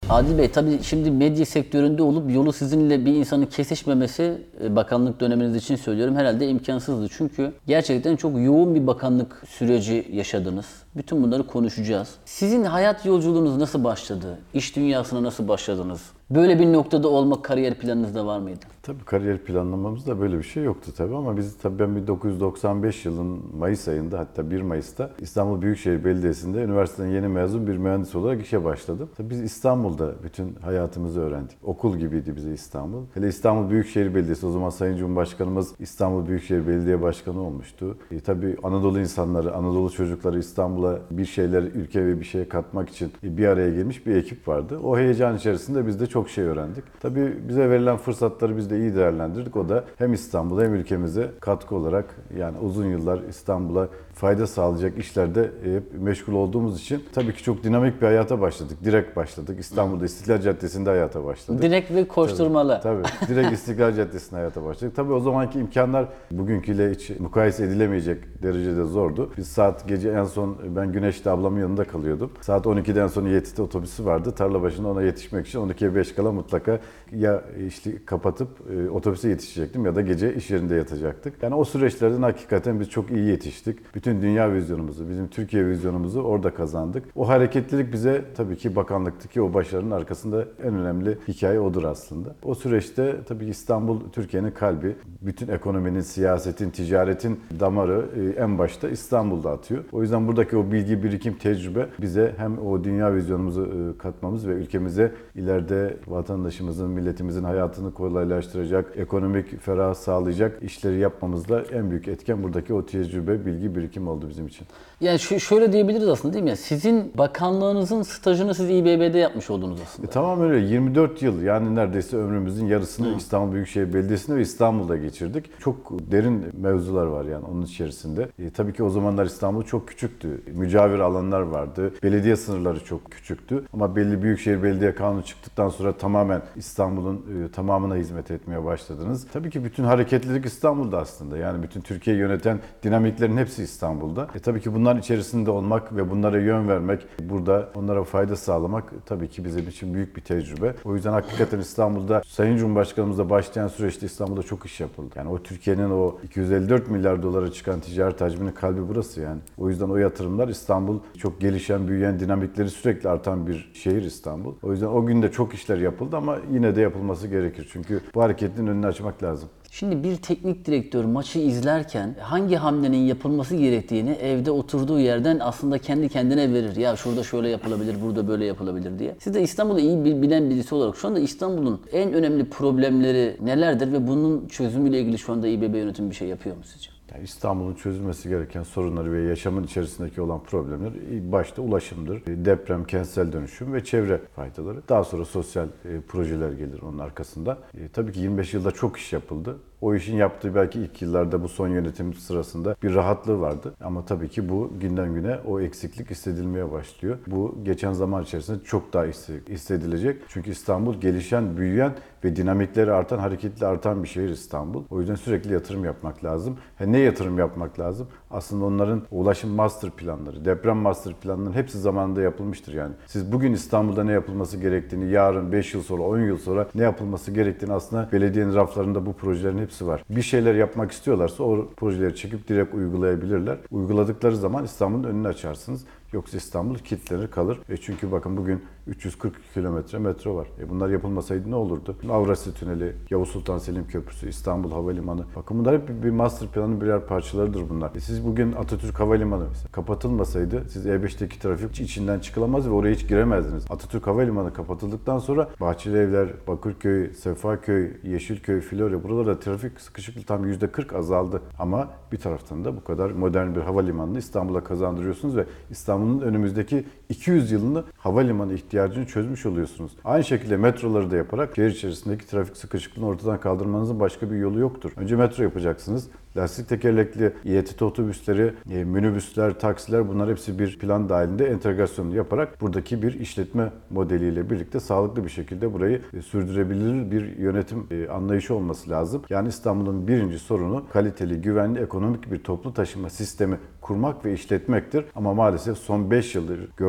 Adil Bey, tabii şimdi medya sektöründe olup yolu sizinle bir insanın kesişmemesi, bakanlık döneminiz için söylüyorum, herhalde imkansızdı. Çünkü gerçekten çok yoğun bir bakanlık süreci yaşadınız. Bütün bunları konuşacağız. Sizin hayat yolculuğunuz nasıl başladı? İş dünyasına nasıl başladınız? Böyle bir noktada olmak kariyer planınızda var mıydı? Tabii kariyer planlamamızda böyle bir şey yoktu tabii ama biz tabii ben 1995 yılın Mayıs ayında, hatta 1 Mayıs'ta İstanbul Büyükşehir Belediyesi'nde üniversiteden yeni mezun bir mühendis olarak işe başladım. Tabii biz İstanbul'da bütün hayatımızı öğrendik. Okul gibiydi bize İstanbul. Hele İstanbul Büyükşehir Belediyesi, o zaman Sayın Cumhurbaşkanımız İstanbul Büyükşehir Belediye Başkanı olmuştu. Tabii Anadolu insanları, Anadolu çocukları İstanbul'a bir şeyler, ülke ve bir şeye katmak için bir araya gelmiş bir ekip vardı. O heyecan içerisinde biz de çok şey öğrendik. Tabii bize verilen fırsatları biz de iyi değerlendirdik. O da hem İstanbul'a hem ülkemize katkı olarak, yani uzun yıllar İstanbul'a fayda sağlayacak işlerde hep meşgul olduğumuz için tabii ki çok dinamik bir hayata başladık. Direkt başladık. İstanbul'da İstiklal Caddesi'nde hayata başladık. Direkt ve koşturmalı. Tabii. Direkt İstiklal Caddesi'nde hayata başladık. Tabii o zamanki imkanlar bugünküyle hiç mukayese edilemeyecek derecede zordu. Biz saat gece en son, ben Güneş'te ablamın yanında kalıyordum. Saat 12'den sonra YTT otobüsü vardı. Tarla başında ona yetişmek için 12'ye 5 kala mutlaka ya işte kapatıp otobüse yetişecektim ya da gece iş yerinde yatacaktık. Yani o süreçlerden hakikaten biz çok iyi yetiştik. Bütün dünya vizyonumuzu, bizim Türkiye vizyonumuzu orada kazandık. O hareketlilik bize tabii ki bakanlıktaki o başarının arkasında en önemli hikaye odur aslında. O süreçte tabii ki İstanbul Türkiye'nin kalbi. Bütün ekonominin, siyasetin, ticaretin damarı en başta İstanbul'da atıyor. O yüzden buradaki o bilgi, birikim, tecrübe bize hem o dünya vizyonumuzu katmamız ve ülkemize ileride vatandaşımızın, milletimizin hayatını kolaylaştıracak, ekonomik ferah sağlayacak işleri yapmamızda en büyük etken buradaki o tecrübe, bilgi, birikim oldu bizim için. Yani şöyle diyebiliriz aslında, değil mi? Sizin bakanlığınızın stajını siz İBB'de yapmış oldunuz aslında. Tamam öyle. 24 yıl, yani neredeyse ömrümüzün yarısını İstanbul Büyükşehir Belediyesi'nde ve İstanbul'da geçirdik. Çok derin mevzular var yani onun içerisinde. Tabii ki o zamanlar İstanbul çok küçüktü. Mücavir alanlar vardı. Belediye sınırları çok küçüktü. Ama belli Büyükşehir Belediye Kanunu çıktıktan sonra tamamen İstanbul'un tamamına hizmet etmeye başladınız. Tabii ki bütün hareketlilik İstanbul'da aslında. Yani bütün Türkiye'yi yöneten dinamiklerin hepsi İstanbul'da. Tabii ki bunların içerisinde olmak ve bunlara yön vermek, burada onlara fayda sağlamak tabii ki bizim için büyük bir tecrübe. O yüzden hakikaten İstanbul'da Sayın Cumhurbaşkanımızla başlayan süreçte İstanbul'da çok iş yapıldı. Yani o Türkiye'nin o 254 milyar dolara çıkan ticaret hacminin kalbi burası yani. O yüzden o yatırımlar, İstanbul çok gelişen, büyüyen, dinamikleri sürekli artan bir şehir İstanbul. O yüzden o gün de çok işler yapıldı ama yine de yapılması gerekir. Çünkü bu hareketin önünü açmak lazım. Şimdi bir teknik direktör maçı izlerken hangi hamlenin yapılması gerektiğini evde oturduğu yerden aslında kendi kendine verir. Ya şurada şöyle yapılabilir, burada böyle yapılabilir diye. Siz de İstanbul'u iyi bilen birisi olarak şu anda İstanbul'un en önemli problemleri nelerdir ve bunun çözümüyle ilgili şu anda İBB yönetimi bir şey yapıyor mu sizce? Yani İstanbul'un çözülmesi gereken sorunları ve yaşamın içerisindeki olan problemler başta ulaşımdır, deprem, kentsel dönüşüm ve çevre faydaları. Daha sonra sosyal projeler gelir onun arkasında. Tabii ki 25 yılda çok iş yapıldı. O işin yaptığı belki ilk yıllarda bu son yönetim sırasında bir rahatlığı vardı. Ama tabii ki bu günden güne o eksiklik hissedilmeye başlıyor. Bu geçen zaman içerisinde çok daha hissedilecek. Çünkü İstanbul gelişen, büyüyen ve dinamikleri artan, hareketli artan bir şehir İstanbul. O yüzden sürekli yatırım yapmak lazım. Ne yatırım yapmak lazım? Aslında onların ulaşım master planları, deprem master planlarının hepsi zamanında yapılmıştır yani. Siz bugün İstanbul'da ne yapılması gerektiğini, yarın 5 yıl sonra, 10 yıl sonra ne yapılması gerektiğini aslında belediyenin raflarında bu projelerin hepsi var. Bir şeyler yapmak istiyorlarsa o projeleri çekip direkt uygulayabilirler. Uyguladıkları zaman İstanbul'un önünü açarsınız. Yoksa İstanbul kilitlenir kalır. Çünkü bakın bugün 340 kilometre metro var. Bunlar yapılmasaydı ne olurdu? Avrasya Tüneli, Yavuz Sultan Selim Köprüsü, İstanbul Havalimanı. Bakın bunlar hep bir master planın birer parçalarıdır bunlar. Siz bugün Atatürk Havalimanı mesela kapatılmasaydı siz E5'teki trafik içinden çıkılamaz ve oraya hiç giremezdiniz. Atatürk Havalimanı kapatıldıktan sonra Bahçelievler, Bakırköy, Sefaköy, Yeşilköy, Florya buralarda trafik sıkışıklığı tam %40 azaldı. Ama bir taraftan da bu kadar modern bir havalimanını İstanbul'a kazandırıyorsunuz ve İstanbul'un önümüzdeki 200 yılını havalimanı ihtiyacını çözmüş oluyorsunuz. Aynı şekilde metroları da yaparak şehir içerisindeki trafik sıkışıklığını ortadan kaldırmanızın başka bir yolu yoktur. Önce metro yapacaksınız. Lastik tekerlekli İETT otobüsleri, minibüsler, taksiler bunlar hepsi bir plan dahilinde entegrasyonu yaparak buradaki bir işletme modeliyle birlikte sağlıklı bir şekilde burayı sürdürebilir bir yönetim anlayışı olması lazım. Yani İstanbul'un birinci sorunu kaliteli, güvenli, ekonomik bir toplu taşıma sistemi kurmak ve işletmektir. Ama maalesef son 5 yıldır gördüğümüz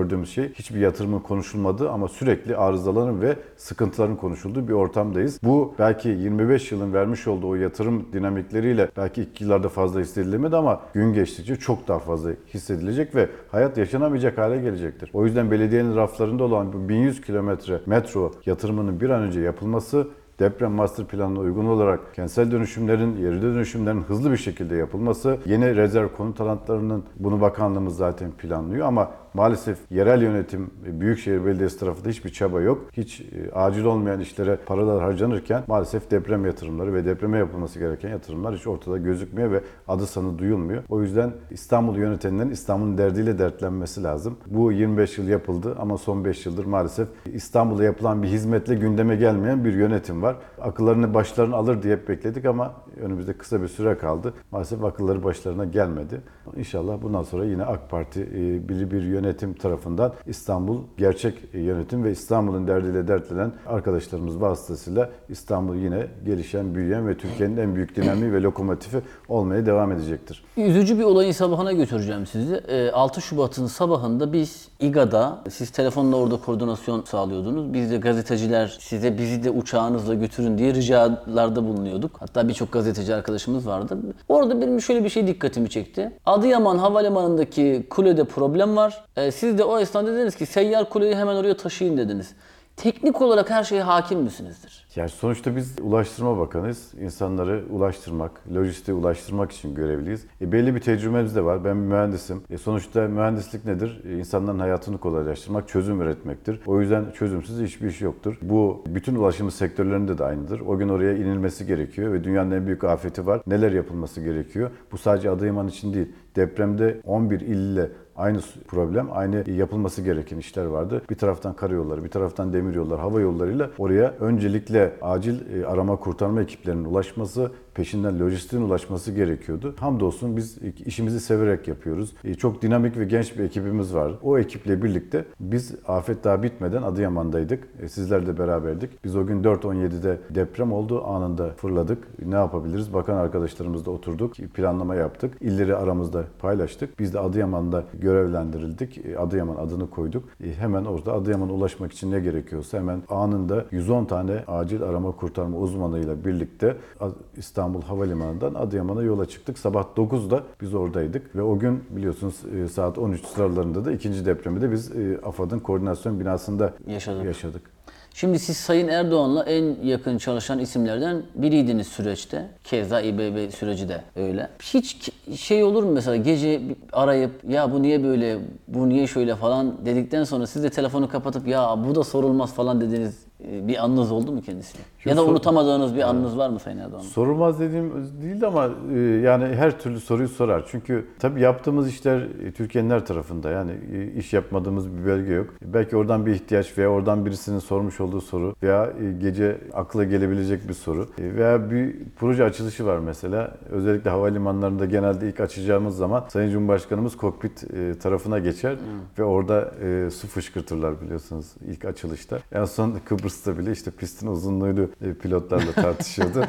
gördüğümüz şey hiçbir yatırımın konuşulmadığı ama sürekli arızaların ve sıkıntıların konuşulduğu bir ortamdayız. Bu belki 25 yılın vermiş olduğu o yatırım dinamikleriyle belki ilk yıllarda fazla hissedilemedi ama gün geçtikçe çok daha fazla hissedilecek ve hayat yaşanamayacak hale gelecektir. O yüzden belediyenin raflarında olan bu 1100 kilometre metro yatırımının bir an önce yapılması, deprem master planına uygun olarak kentsel dönüşümlerin, yerel dönüşümlerin hızlı bir şekilde yapılması, yeni rezerv konut alanlarının, bunu bakanlığımız zaten planlıyor ama maalesef yerel yönetim, Büyükşehir Belediyesi tarafında hiçbir çaba yok. Hiç acil olmayan işlere paralar harcanırken maalesef deprem yatırımları ve depreme yapılması gereken yatırımlar hiç ortada gözükmüyor ve adı sanı duyulmuyor. O yüzden İstanbul'u yönetenlerin İstanbul'un derdiyle dertlenmesi lazım. Bu 25 yıl yapıldı ama son 5 yıldır maalesef İstanbul'a yapılan bir hizmetle gündeme gelmeyen bir yönetim var. Akıllarını başlarına alır diye hep bekledik ama önümüzde kısa bir süre kaldı. Maalesef akılları başlarına gelmedi. İnşallah bundan sonra yine AK Parti bir yönetim tarafından İstanbul gerçek yönetim ve İstanbul'un derdiyle dertlenen arkadaşlarımız vasıtasıyla İstanbul yine gelişen, büyüyen ve Türkiye'nin en büyük dinamiği ve lokomotifi olmaya devam edecektir. Üzücü bir olayın sabahına götüreceğim sizi. 6 Şubat'ın sabahında biz İGA'da, siz telefonla orada koordinasyon sağlıyordunuz. Biz de gazeteciler size bizi de uçağınızla götürün diye ricalarda bulunuyorduk. Hatta birçok gazeteci arkadaşımız vardı. Orada benim şöyle bir şey dikkatimi çekti. Adıyaman Havalimanı'ndaki kulede problem var. Siz de o esnada dediniz ki seyyar kuleyi hemen oraya taşıyın dediniz. Teknik olarak her şeye hakim misinizdir? Yani sonuçta biz Ulaştırma Bakanıyız. İnsanları ulaştırmak, lojistiğe ulaştırmak için görevliyiz. Belli bir tecrübemiz de var. Ben bir mühendisim. Sonuçta mühendislik nedir? İnsanların hayatını kolaylaştırmak, çözüm üretmektir. O yüzden çözümsüz hiçbir iş yoktur. Bu bütün ulaşım sektörlerinde de aynıdır. O gün oraya inilmesi gerekiyor ve dünyanın en büyük afeti var. Neler yapılması gerekiyor? Bu sadece Adıyaman için değil. Depremde 11 il ile aynı problem, aynı yapılması gereken işler vardı. Bir taraftan karayolları, bir taraftan demiryolları, hava yollarıyla oraya öncelikle acil arama kurtarma ekiplerinin ulaşması, peşinden lojistiğin ulaşması gerekiyordu. Hamdolsun biz işimizi severek yapıyoruz. Çok dinamik ve genç bir ekibimiz var. O ekiple birlikte biz afet daha bitmeden Adıyaman'daydık. Sizler de beraberdik. Biz o gün 4.17'de deprem oldu. Anında fırladık. Ne yapabiliriz? Bakan arkadaşlarımızla oturduk. Planlama yaptık. İlleri aramızda paylaştık. Biz de Adıyaman'da görevlendirildik. Adıyaman adını koyduk. Hemen orada Adıyaman'a ulaşmak için ne gerekiyorsa hemen anında 110 tane acil arama kurtarma uzmanıyla birlikte İstanbul Havalimanı'ndan Adıyaman'a yola çıktık. Sabah 9'da biz oradaydık ve o gün biliyorsunuz saat 13 sıralarında da ikinci depremi de biz AFAD'ın koordinasyon binasında yaşadık. Şimdi siz Sayın Erdoğan'la en yakın çalışan isimlerden biriydiniz süreçte. Keza İBB süreci de öyle. Hiç şey olur mu mesela gece arayıp ya bu niye böyle, bu niye şöyle falan dedikten sonra siz de telefonu kapatıp ya bu da sorulmaz falan dediğiniz bir anınız oldu mu kendisine? Ya da unutamadığınız bir anınız var mı Sayın Erdoğan? Sorulmaz dediğim değil ama yani her türlü soruyu sorar. Çünkü tabii yaptığımız işler Türkiye'nin her tarafında. Yani iş yapmadığımız bir bölge yok. Belki oradan bir ihtiyaç veya oradan birisinin sormuş olduğu soru veya gece akla gelebilecek bir soru veya bir proje açılışı var mesela. Özellikle havalimanlarında genelde ilk açacağımız zaman Sayın Cumhurbaşkanımız kokpit tarafına geçer ve orada su fışkırtırlar biliyorsunuz ilk açılışta. En son Kıbrıs'ta bile işte pistin uzunluğuyla pilotlarla tartışıyordu.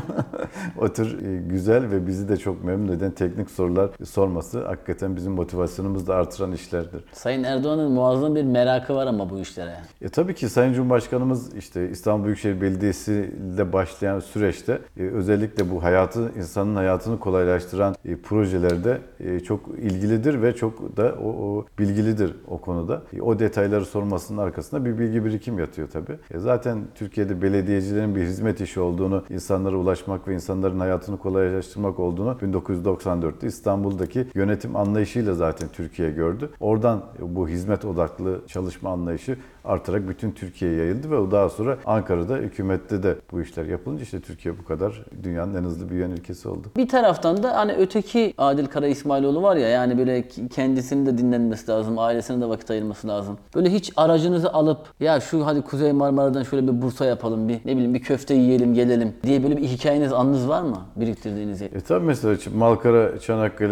O tür güzel ve bizi de çok memnun eden teknik sorular sorması hakikaten bizim motivasyonumuzu da artıran işlerdir. Sayın Erdoğan'ın muazzam bir merakı var ama bu işlere. Tabii ki Sayın Cumhurbaşkanımız işte İstanbul Büyükşehir Belediyesi ile başlayan süreçte özellikle bu insanın hayatını kolaylaştıran projelerde çok ilgilidir ve çok da o bilgilidir o konuda. O detayları sormasının arkasında bir bilgi birikim yatıyor tabii. Zaten Türkiye'de belediyecilerin bir hizmet işi olduğunu, insanlara ulaşmak ve insanların hayatını kolaylaştırmak olduğunu 1994'te İstanbul'daki yönetim anlayışıyla zaten Türkiye gördü. Oradan bu hizmet odaklı çalışma anlayışı artarak bütün Türkiye'ye yayıldı ve daha sonra Ankara'da, hükümette de bu işler yapılınca işte Türkiye bu kadar dünyanın en hızlı büyüyen ülkesi oldu. Bir taraftan da hani öteki Adil Kara İsmailoğlu var ya, yani böyle kendisinin de dinlenmesi lazım, ailesine de vakit ayırması lazım. Böyle hiç aracınızı alıp ya şu hadi Kuzey Marmara'dan şöyle bir Bursa yapalım, bir ne bileyim bir köfte yiyelim gelelim diye böyle bir hikayeniz, anınız var mı biriktirdiğiniz? Tabii mesela Malkara,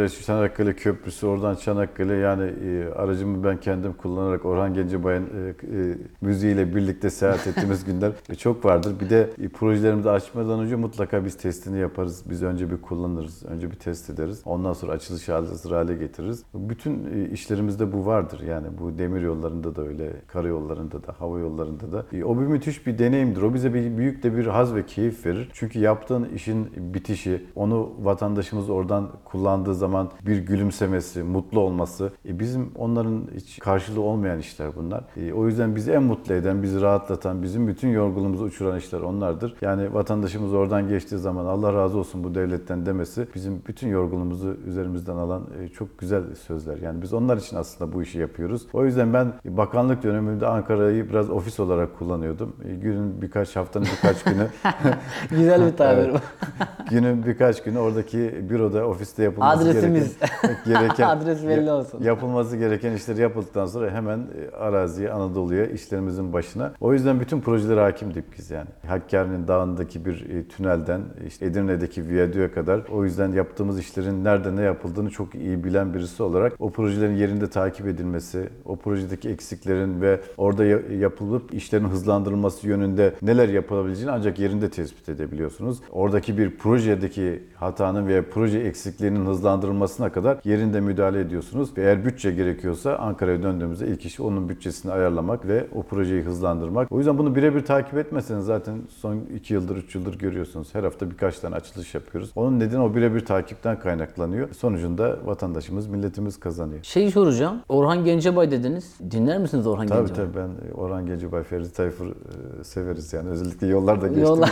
Çanakkale Köprüsü, oradan Çanakkale, yani aracımı ben kendim kullanarak Orhan Gencebay'ın müziğiyle birlikte seyahat ettiğimiz günler çok vardır. Bir de projelerimizi açmadan önce mutlaka biz testini yaparız. Biz önce bir kullanırız, önce bir test ederiz. Ondan sonra açılış hazır hale getiririz. Bütün işlerimizde bu vardır. Yani bu demir yollarında da öyle, karayollarında da, hava yollarında da. O bir müthiş bir deneyimdir. O bize büyük de bir haz ve keyif verir. Çünkü yaptığın işin bitişi, onu vatandaşımız oradan kullandığı zaman bir gülümsemesi, mutlu olması. Bizim onların hiç karşılığı olmayan işler bunlar. O yüzden bizi en mutlu eden, bizi rahatlatan, bizim bütün yorgunluğumuzu uçuran işler onlardır. Yani vatandaşımız oradan geçtiği zaman Allah razı olsun bu devletten demesi bizim bütün yorgunluğumuzu üzerimizden alan çok güzel sözler. Yani biz onlar için aslında bu işi yapıyoruz. O yüzden ben bakanlık döneminde Ankara'yı biraz ofis olarak kullanıyordum. Haftanın birkaç günü Güzel bir tabir bu. günün birkaç günü oradaki büroda, ofiste yapılması gereken Adres belli olsun. Yapılması gereken işleri yapıldıktan sonra hemen araziye, Anadolu'ya, işlerimizin başına. O yüzden bütün projelere hakimdik biz yani. Hakkari'nin dağındaki bir tünelden, işte Edirne'deki viyadüğe kadar. O yüzden yaptığımız işlerin nerede ne yapıldığını çok iyi bilen birisi olarak o projelerin yerinde takip edilmesi, o projedeki eksiklerin ve orada yapılıp işlerin hızlandırılması yönünde neler yapılabileceğini ancak yerinde tespit edebiliyorsunuz. Oradaki bir projedeki hatanın veya proje eksikliğinin hızlandırılmasına kadar yerinde müdahale ediyorsunuz. Ve eğer bütçe gerekiyorsa Ankara'ya döndüğümüzde ilk iş onun bütçesini ayarlamak ve o projeyi hızlandırmak. O yüzden bunu birebir takip etmeseniz zaten son 2 yıldır, 3 yıldır görüyorsunuz. Her hafta birkaç tane açılış yapıyoruz. Onun nedeni o birebir takipten kaynaklanıyor. Sonucunda vatandaşımız, milletimiz kazanıyor. Şeyi soracağım. Orhan Gencebay dediniz. Dinler misiniz Orhan Gencebay? Tabii ben Orhan Gencebay, Ferdi Tayfur severiz yani. Özellikle yollarda geçtiğimiz Yollar.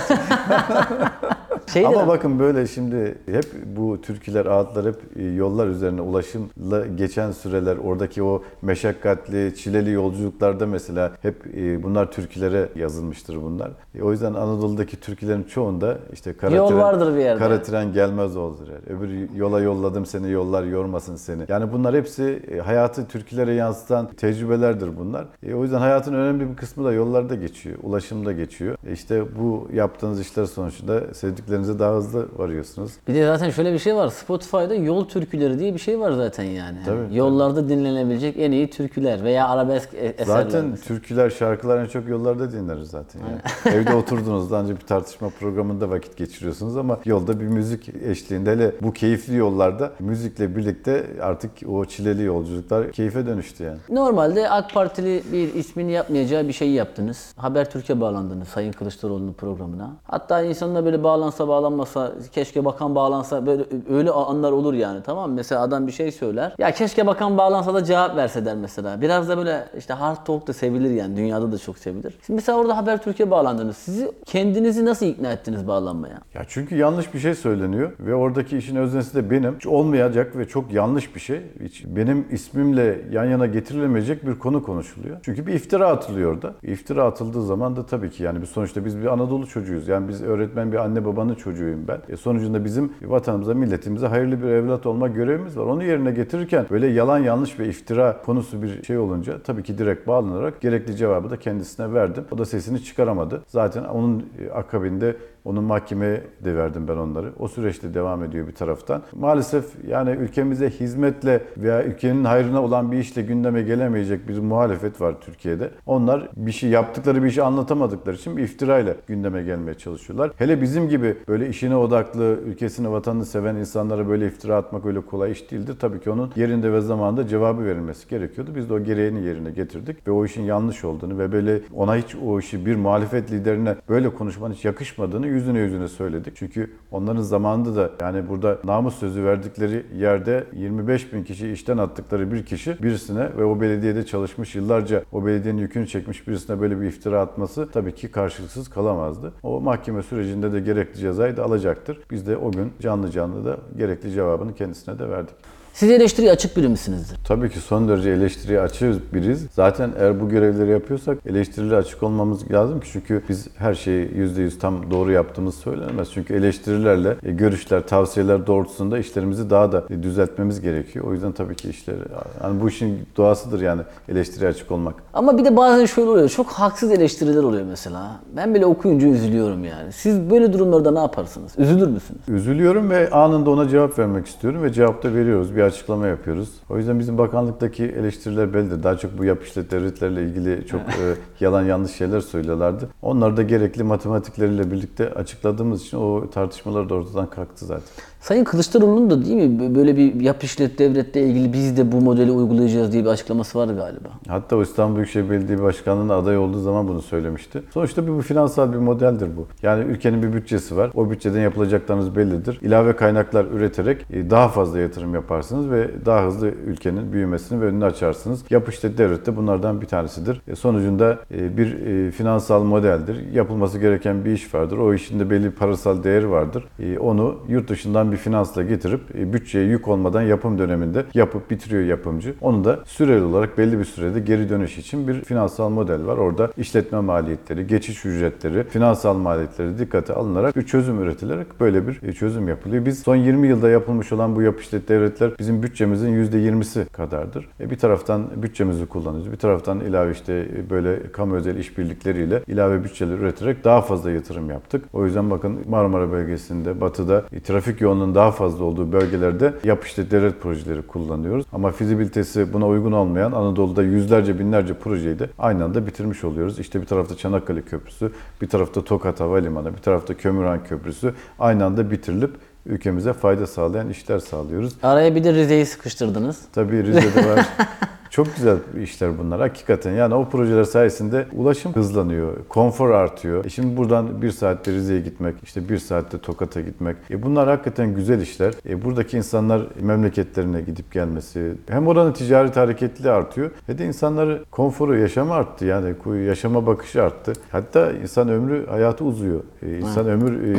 Ama bakın böyle şimdi hep bu türküler, ağıtlar hep yollar üzerine ulaşımla geçen süreler, oradaki o meşakkatli, çileli yolculuklarda mesela hep bunlar türkülere yazılmıştır bunlar. O yüzden Anadolu'daki türkülerin çoğunda işte Yol vardır bir yerde. Kara tren gelmez oldur. Öbür yola yolladım seni, yollar yormasın seni. Yani bunlar hepsi hayatı türkülere yansıtan tecrübelerdir bunlar. O yüzden hayatın önemli bir kısmı da yollarda geçiyor, ulaşımda geçiyor. İşte bu yaptığınız işler sonucunda sevdiklerinize daha hızlı varıyorsunuz. Bir de zaten şöyle bir şey var. Spotify'da yol türküleri diye bir şey var zaten yani. Tabii, yollarda dinlenebilecek en iyi türküler veya arabesk eserler. Zaten mesela. türküler, şarkılar en çok yollarda dinleriz zaten. Yani. Evde oturduğunuzda ancak bir tartışma programında vakit geçiriyorsunuz ama yolda bir müzik eşliğinde, hele bu keyifli yollarda müzikle birlikte artık o çileli yolculuklar keyfe dönüştü yani. Normalde AK Partili bir ismini yapmayacağı bir şeyi yaptınız. Habertürk'e bağlandınız Sayın Kılıçdaroğlu'nun programına. Hatta insanlar böyle bağlanmasa, keşke bakan bağlansa, böyle öyle anlar olur yani, tamam mı? Mesela adam bir şey söyler. Ya keşke bakan bağlansa da cevap verse der mesela. Biraz da böyle işte hard talk da sevilir yani. Dünyada da çok sevilir. Şimdi mesela orada Habertürk'e bağlandınız. Sizi kendinizi nasıl ikna ettiniz bağlanmaya? Ya çünkü yanlış bir şey söyleniyor ve oradaki işin öznesi de benim. Hiç olmayacak ve çok yanlış bir şey. Hiç benim ismimle yan yana getirilemeyecek bir konu konuşuluyor. Çünkü bir iftira atılıyor orada. İftira atıldığı zaman da tabii ki yani sonuçta biz bir Anadolu çocuğuyuz. Yani biz öğretmen bir anne babanın çocuğuyum ben. Sonucunda bizim vatanımıza, milletimize hayırlı bir evlat olma görevimiz var. Onu yerine getirirken böyle yalan, yanlış ve iftira konusu bir şey olunca tabii ki direkt bağlanarak gerekli cevabı da kendisine verdim. O da sesini çıkaramadı. Zaten onun akabinde onun mahkemeye de verdim ben onları. O süreçte devam ediyor bir taraftan. Maalesef yani ülkemize hizmetle veya ülkenin hayrına olan bir işle gündeme gelemeyecek bir muhalefet var Türkiye'de. Onlar yaptıkları bir işi anlatamadıkları için bir iftirayla gündeme gelmeye çalışıyorlar. Hele bizim gibi böyle işine odaklı, ülkesini, vatanını seven insanlara böyle iftira atmak öyle kolay iş değildir. Tabii ki onun yerinde ve zamanında cevabı verilmesi gerekiyordu. Biz de o gereğini yerine getirdik ve o işin yanlış olduğunu ve böyle ona hiç o işi bir muhalefet liderine böyle konuşmanın hiç yakışmadığını yüzüne söyledik. Çünkü onların zamanında da yani burada namus sözü verdikleri yerde 25 bin kişi işten attıkları bir kişi birisine ve o belediyede çalışmış, yıllarca o belediyenin yükünü çekmiş birisine böyle bir iftira atması tabii ki karşılıksız kalamazdı. O mahkeme sürecinde de gerekli cezayı da alacaktır. Biz de o gün canlı da gerekli cevabını kendisine de verdik. Siz eleştiriye açık biri misinizdir? Tabii ki son derece eleştiriye açığız biriz. Zaten eğer bu görevleri yapıyorsak eleştiriyle açık olmamız lazım ki çünkü biz her şeyi %100 tam doğru yaptığımız söylenemez. Çünkü eleştirilerle, görüşler, tavsiyeler doğrultusunda işlerimizi daha da düzeltmemiz gerekiyor. O yüzden tabii ki yani bu işin doğasıdır yani eleştiriye açık olmak. Ama bir de bazen şöyle oluyor. Çok haksız eleştiriler oluyor mesela. Ben bile okuyunca üzülüyorum yani. Siz böyle durumlarda ne yaparsınız? Üzülür müsünüz? Üzülüyorum ve anında ona cevap vermek istiyorum ve cevap da veriyoruz. Bir açıklama yapıyoruz. O yüzden bizim bakanlıktaki eleştiriler bellidir. Daha çok bu yap işlet devletlerle ilgili çok yalan yanlış şeyler söylüyorlardı. Onları da gerekli matematikleriyle birlikte açıkladığımız için o tartışmalar da ortadan kalktı zaten. Sayın Kılıçdaroğlu'nun da değil mi böyle bir yap işlet devletle ilgili biz de bu modeli uygulayacağız diye bir açıklaması vardı galiba. Hatta o İstanbul Büyükşehir Belediye Başkanlığı'na aday olduğu zaman bunu söylemişti. Sonuçta bu finansal bir modeldir bu. Yani ülkenin bir bütçesi var. O bütçeden yapılacaklarınız bellidir. İlave kaynaklar üreterek daha fazla yatırım yaparsınız ve daha hızlı ülkenin büyümesini ve önünü açarsınız. Yap işlet devlet de bunlardan bir tanesidir. Sonucunda bir finansal modeldir. Yapılması gereken bir iş vardır. O işin de belli bir parasal değeri vardır. Onu yurt dışından bir finansla getirip bütçeye yük olmadan yapım döneminde yapıp bitiriyor yapımcı. Onu da süreli olarak belli bir sürede geri dönüş için bir finansal model var. Orada işletme maliyetleri, geçiş ücretleri, finansal maliyetleri dikkate alınarak bir çözüm üretilerek böyle bir çözüm yapılıyor. Biz son 20 yılda yapılmış olan bu yap işlet devletler bizim bütçemizin %20'si kadardır. Bir taraftan bütçemizi kullanıyoruz. Bir taraftan ilave böyle kamu özel işbirlikleriyle ilave bütçeler üreterek daha fazla yatırım yaptık. O yüzden bakın Marmara bölgesinde, batıda trafik yoğunluğunun daha fazla olduğu bölgelerde yap işlet devlet projeleri kullanıyoruz. Ama fizibilitesi buna uygun olmayan Anadolu'da yüzlerce binlerce projeyi de aynı anda bitirmiş oluyoruz. İşte bir tarafta Çanakkale Köprüsü, bir tarafta Tokat Havalimanı, bir tarafta Kömürhan Köprüsü aynı anda bitirilip ülkemize fayda sağlayan işler sağlıyoruz. Araya bir de Rize'yi sıkıştırdınız. Tabii Rize'de var. Çok güzel işler bunlar hakikaten. Yani o projeler sayesinde ulaşım hızlanıyor, konfor artıyor. Şimdi buradan 1 saatte Rize'ye gitmek, işte 1 saatte Tokat'a gitmek. Bunlar hakikaten güzel işler. Buradaki insanlar memleketlerine gidip gelmesi, hem oranın ticaret hareketliliği artıyor, hem de insanların konforu, yaşamı arttı. Yani yaşama bakışı arttı. Hatta insan ömrü, hayatı uzuyor. İnsan ömür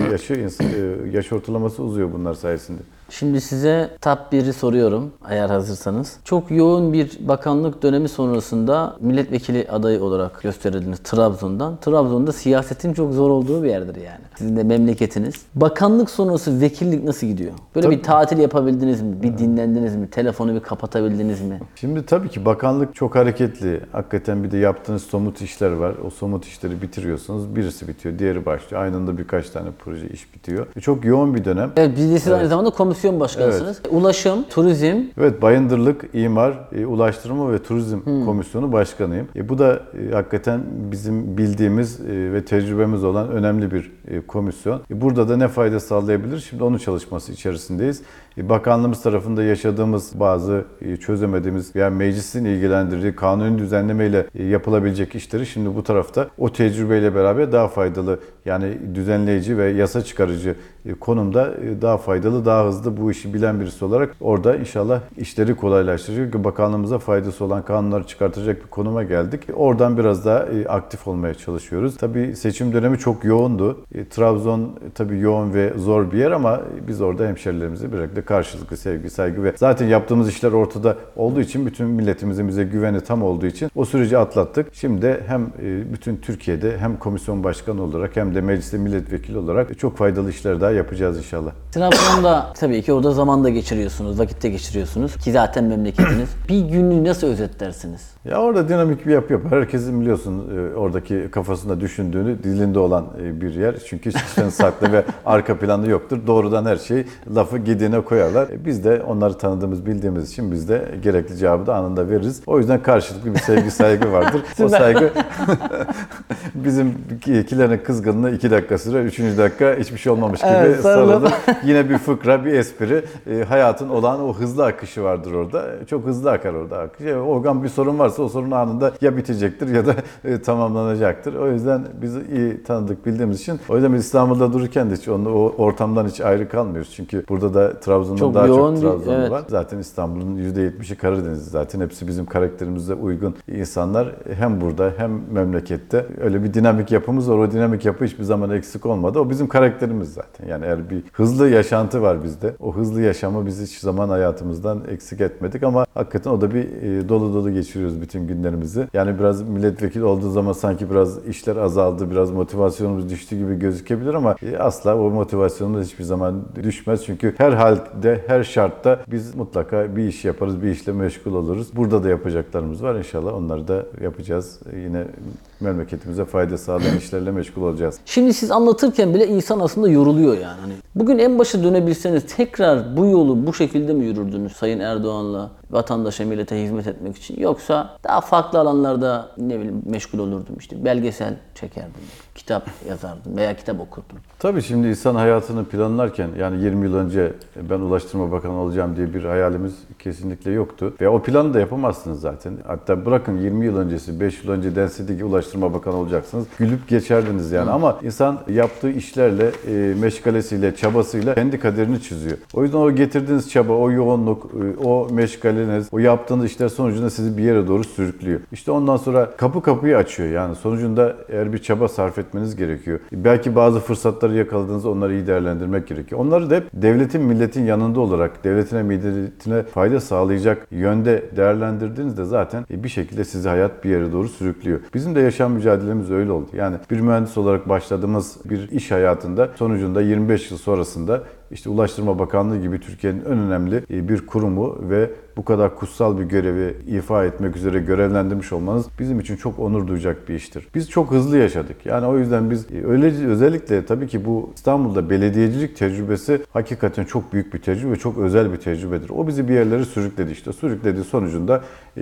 yaş ortalaması uzuyor bunlar sayesinde. Şimdi size top 1'i soruyorum eğer hazırsanız. Çok yoğun bir bakanlık dönemi sonrasında milletvekili adayı olarak gösterildiniz Trabzon'dan. Trabzon'da siyasetin çok zor olduğu bir yerdir yani. Sizin de memleketiniz. Bakanlık sonrası vekillik nasıl gidiyor? Böyle bir tatil yapabildiniz mi? Bir dinlendiniz mi? Telefonu bir kapatabildiniz mi? Şimdi tabii ki bakanlık çok hareketli. Hakikaten bir de yaptığınız somut işler var. O somut işleri bitiriyorsunuz. Birisi bitiyor, diğeri başlıyor. Aynı anda birkaç tane proje iş bitiyor. Çok yoğun bir dönem. Evet, biz de siz aynı zamanda komisyon başkanısınız. Evet. Ulaşım, turizm. Evet, Bayındırlık, İmar, Ulaştırma ve Turizm Komisyonu Başkanıyım. Bu da hakikaten bizim bildiğimiz ve tecrübemiz olan önemli bir komisyon. Burada da ne fayda sağlayabilir? Şimdi onun çalışması içerisindeyiz. Bakanlığımız tarafında yaşadığımız bazı çözemediğimiz veya meclisin ilgilendirdiği kanuni düzenlemeyle yapılabilecek işleri şimdi bu tarafta o tecrübeyle beraber daha faydalı, yani düzenleyici ve yasa çıkarıcı konumda daha faydalı, daha hızlı bu işi bilen birisi olarak orada inşallah işleri kolaylaştıracak, bakanlığımıza faydası olan kanunları çıkartacak bir konuma geldik. Oradan biraz daha aktif olmaya çalışıyoruz. Tabii seçim dönemi çok yoğundu. Trabzon tabii yoğun ve zor bir yer ama biz orada hemşerilerimize birlikte karşılıklı sevgi, saygı ve zaten yaptığımız işler ortada olduğu için bütün milletimizin bize güveni tam olduğu için o süreci atlattık. Şimdi hem bütün Türkiye'de hem komisyon başkanı olarak hem de mecliste milletvekili olarak çok faydalı işler daha yapacağız inşallah. Trabzon'da tabii ki orada zaman da geçiriyorsunuz, vakitte geçiriyorsunuz ki zaten memleketiniz. Bir günü nasıl özetlersiniz? Ya orada dinamik bir yapı yapar. Herkesin biliyorsun oradaki kafasında düşündüğünü, dilinde olan bir yer. Çünkü hiç kişinin saklı ve arka planı yoktur. Doğrudan her şey lafı gediğine koyarlar. Biz de onları tanıdığımız, bildiğimiz için biz de gerekli cevabı da anında veririz. O yüzden karşılıklı bir sevgi, saygı vardır. O saygı bizim ikilerinin kızgınlığı 2 dakika sürer. 3. dakika hiçbir şey olmamış gibi sarılır. Yine bir fıkra, bir espri. Hayatın olan o hızlı akışı vardır orada. Çok hızlı akar orada akış. Organ bir sorun varsa o sorun anında ya bitecektir ya da tamamlanacaktır. O yüzden bizi iyi tanıdık, bildiğimiz için. O yüzden biz İstanbul'da dururken de hiç o ortamdan hiç ayrı kalmıyoruz. Çünkü burada da Trabzon'dan daha çok Trabzonlu var. Zaten İstanbul'un %70'i Karadeniz. Zaten hepsi bizim karakterimize uygun insanlar. Hem burada hem memlekette öyle bir dinamik yapımız var. O dinamik yapı hiçbir zaman eksik olmadı. O bizim karakterimiz zaten. Yani eğer bir hızlı yaşantı var bizde. O hızlı yaşamı biz hiç zaman hayatımızdan eksik etmedik ama hakikaten o da bir dolu dolu geçiriyoruz bütün günlerimizi. Yani biraz milletvekili olduğu zaman sanki biraz işler azaldı, biraz motivasyonumuz düştü gibi gözükebilir ama asla o motivasyonumuz hiçbir zaman düşmez. Çünkü her halde, her şartta biz mutlaka bir iş yaparız, bir işle meşgul oluruz. Burada da yapacaklarımız var. İnşallah onları da yapacağız. Yine memleketimize fayda fayda sağlayan işlerle meşgul olacağız. Şimdi siz anlatırken bile insan aslında yoruluyor yani. Hani bugün en başa dönebilseniz tekrar bu yolu bu şekilde mi yürürdünüz Sayın Erdoğan'la vatandaşa, millete hizmet etmek için? Yoksa daha farklı alanlarda ne bileyim meşgul olurdum, işte belgesel çekerdim, kitap yazardım veya kitap okurdum. Tabii şimdi insan hayatını planlarken yani 20 yıl önce ben Ulaştırma Bakanı olacağım diye bir hayalimiz kesinlikle yoktu. Ve o planı da yapamazsınız zaten. Hatta bırakın 20 yıl öncesi, 5 yıl önce denseydi ki Ulaştırma Bakanı olacaksınız. Gülüp geçerdiniz yani. Ama insan yaptığı işlerle, meşgalesiyle, çabasıyla kendi kaderini çiziyor. O yüzden o getirdiğiniz çaba, o yoğunluk, o meşgaleniz, o yaptığınız işler sonucunda sizi bir yere doğru sürüklüyor. İşte ondan sonra kapı kapıyı açıyor. Yani sonucunda eğer bir çaba sarf etmeniz gerekiyor. Belki bazı fırsatları yakaladığınızda onları iyi değerlendirmek gerekiyor. Onları da hep devletin, milletin yanında olarak, devletine, milletine fayda sağlayacak yönde değerlendirdiğinizde zaten bir şekilde sizi hayat bir yere doğru sürüklüyor. Bizim de yaşam mücadelemiz öyle oldu. Yani bir mühendis olarak başladığımız bir iş hayatında sonucunda 25 yıl sonrasında işte Ulaştırma Bakanlığı gibi Türkiye'nin en önemli bir kurumu ve bu kadar kutsal bir görevi ifa etmek üzere görevlendirmiş olmanız bizim için çok onur duyacak bir iştir. Biz çok hızlı yaşadık. Yani o yüzden biz özellikle tabii ki bu İstanbul'da belediyecilik tecrübesi hakikaten çok büyük bir tecrübe ve çok özel bir tecrübedir. O bizi bir yerlere sürükledi işte. Sürüklediği sonucunda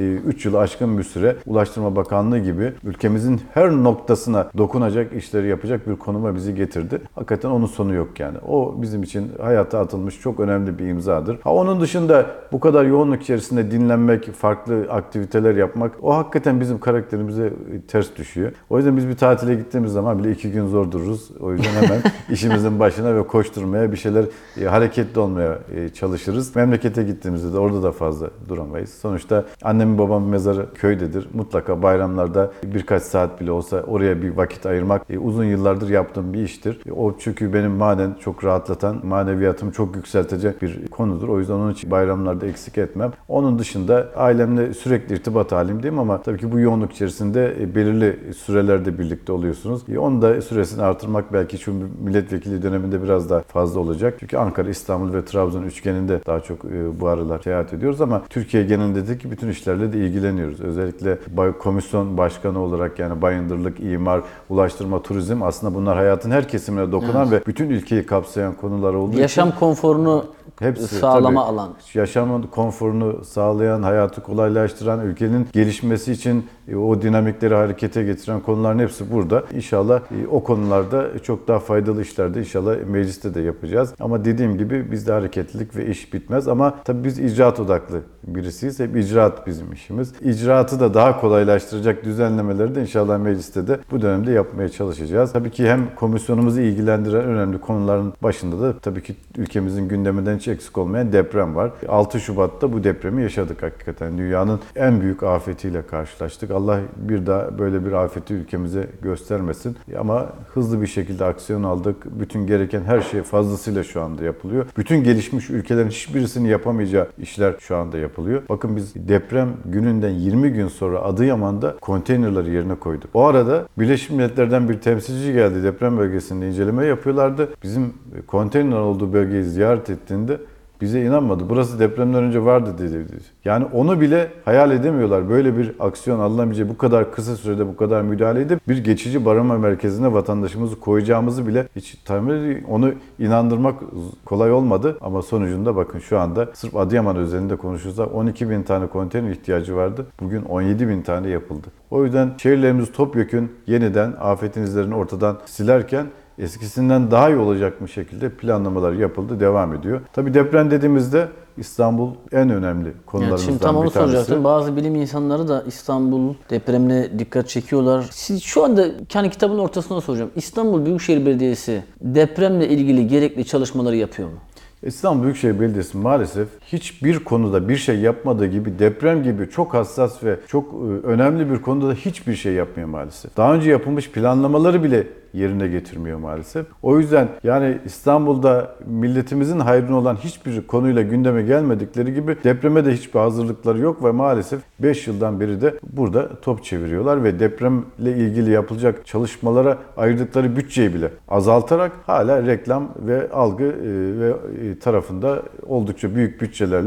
3 yılı aşkın bir süre Ulaştırma Bakanlığı gibi ülkemizin her noktasına dokunacak işleri yapacak bir konuma bizi getirdi. Hakikaten onun sonu yok yani. O bizim için hayata atılmış çok önemli bir imzadır. Onun dışında bu kadar yoğunluk içerisinde dinlenmek, farklı aktiviteler yapmak o hakikaten bizim karakterimize ters düşüyor. O yüzden biz bir tatile gittiğimiz zaman bile 2 gün zor dururuz. O yüzden hemen işimizin başına ve koşturmaya, bir şeyler hareketli olmaya çalışırız. Memlekete gittiğimizde de orada da fazla duramayız. Sonuçta annemin babamın mezarı köydedir. Mutlaka bayramlarda birkaç saat bile olsa oraya bir vakit ayırmak uzun yıllardır yaptığım bir iştir. O çünkü benim manen çok rahatlatan, maneviyatımı çok yükseltecek bir konudur. O yüzden onun için bayramlarda eksik etmem. Onun dışında ailemle sürekli irtibat halindeyim ama tabii ki bu yoğunluk içerisinde belirli sürelerde birlikte oluyorsunuz. Onun da süresini artırmak belki şu milletvekili döneminde biraz daha fazla olacak. Çünkü Ankara, İstanbul ve Trabzon üçgeninde daha çok bu aralar seyahat ediyoruz ama Türkiye genelindeki bütün işlerle de ilgileniyoruz. Özellikle komisyon başkanı olarak yani bayındırlık, imar, ulaştırma, turizm aslında bunlar hayatın her kesimine dokunan ve bütün ülkeyi kapsayan konular olduğu Yaşam konforunu sağlama tabii, alan. Yaşamın konforunu sağlayan, hayatı kolaylaştıran, ülkenin gelişmesi için o dinamikleri harekete getiren konuların hepsi burada. İnşallah o konularda çok daha faydalı işler de inşallah mecliste de yapacağız. Ama dediğim gibi bizde hareketlilik ve iş bitmez ama tabii biz icraat odaklı birisiyiz. Hep icraat bizim işimiz. İcraatı da daha kolaylaştıracak düzenlemeleri de inşallah mecliste de bu dönemde yapmaya çalışacağız. Tabii ki hem komisyonumuzu ilgilendiren önemli konuların başında da tabii ki ülkemizin gündeminden hiç eksik olmayan deprem var. 6 Şubat'ta bu depremi yaşadık hakikaten. Dünyanın en büyük afetiyle karşılaştık. Allah bir daha böyle bir afeti ülkemize göstermesin. Ama hızlı bir şekilde aksiyon aldık. Bütün gereken her şey fazlasıyla şu anda yapılıyor. Bütün gelişmiş ülkelerin hiçbirisinin yapamayacağı işler şu anda yapılıyor. Bakın biz deprem gününden 20 gün sonra Adıyaman'da konteynerları yerine koyduk. O arada Birleşmiş Milletler'den bir temsilci geldi. Deprem bölgesinde inceleme yapıyorlardı. Bizim konteyner olduğu bölgeyi ziyaret ettiğinde bize inanmadı. Burası depremden önce vardı dedi. Yani onu bile hayal edemiyorlar. Böyle bir aksiyon alınabileceği, bu kadar kısa sürede bu kadar müdahale edip bir geçici barınma merkezine vatandaşımızı koyacağımızı bile hiç onu inandırmak kolay olmadı. Ama sonucunda bakın şu anda sırf Adıyaman özelinde konuşursak 12.000 tane konteyner ihtiyacı vardı. Bugün 17.000 tane yapıldı. O yüzden şehirlerimiz topyekün yeniden afetin izlerini ortadan silerken eskisinden daha iyi olacak bir şekilde planlamalar yapıldı, devam ediyor. Tabii deprem dediğimizde İstanbul en önemli konularımızdan şimdi tam onu bir tanesi. soracaktım. Bazı bilim insanları da İstanbul depremine dikkat çekiyorlar. Siz şu anda kendi kitabın ortasına soracağım. İstanbul Büyükşehir Belediyesi depremle ilgili gerekli çalışmaları yapıyor mu? İstanbul Büyükşehir Belediyesi maalesef hiçbir konuda bir şey yapmadığı gibi deprem gibi çok hassas ve çok önemli bir konuda da hiçbir şey yapmıyor maalesef. Daha önce yapılmış planlamaları bile yerine getirmiyor maalesef. O yüzden yani İstanbul'da milletimizin hayrına olan hiçbir konuyla gündeme gelmedikleri gibi depreme de hiçbir hazırlıkları yok ve maalesef 5 yıldan beri de burada top çeviriyorlar ve depremle ilgili yapılacak çalışmalara ayırdıkları bütçeyi bile azaltarak hala reklam ve algı ve tarafında oldukça büyük bütçelerle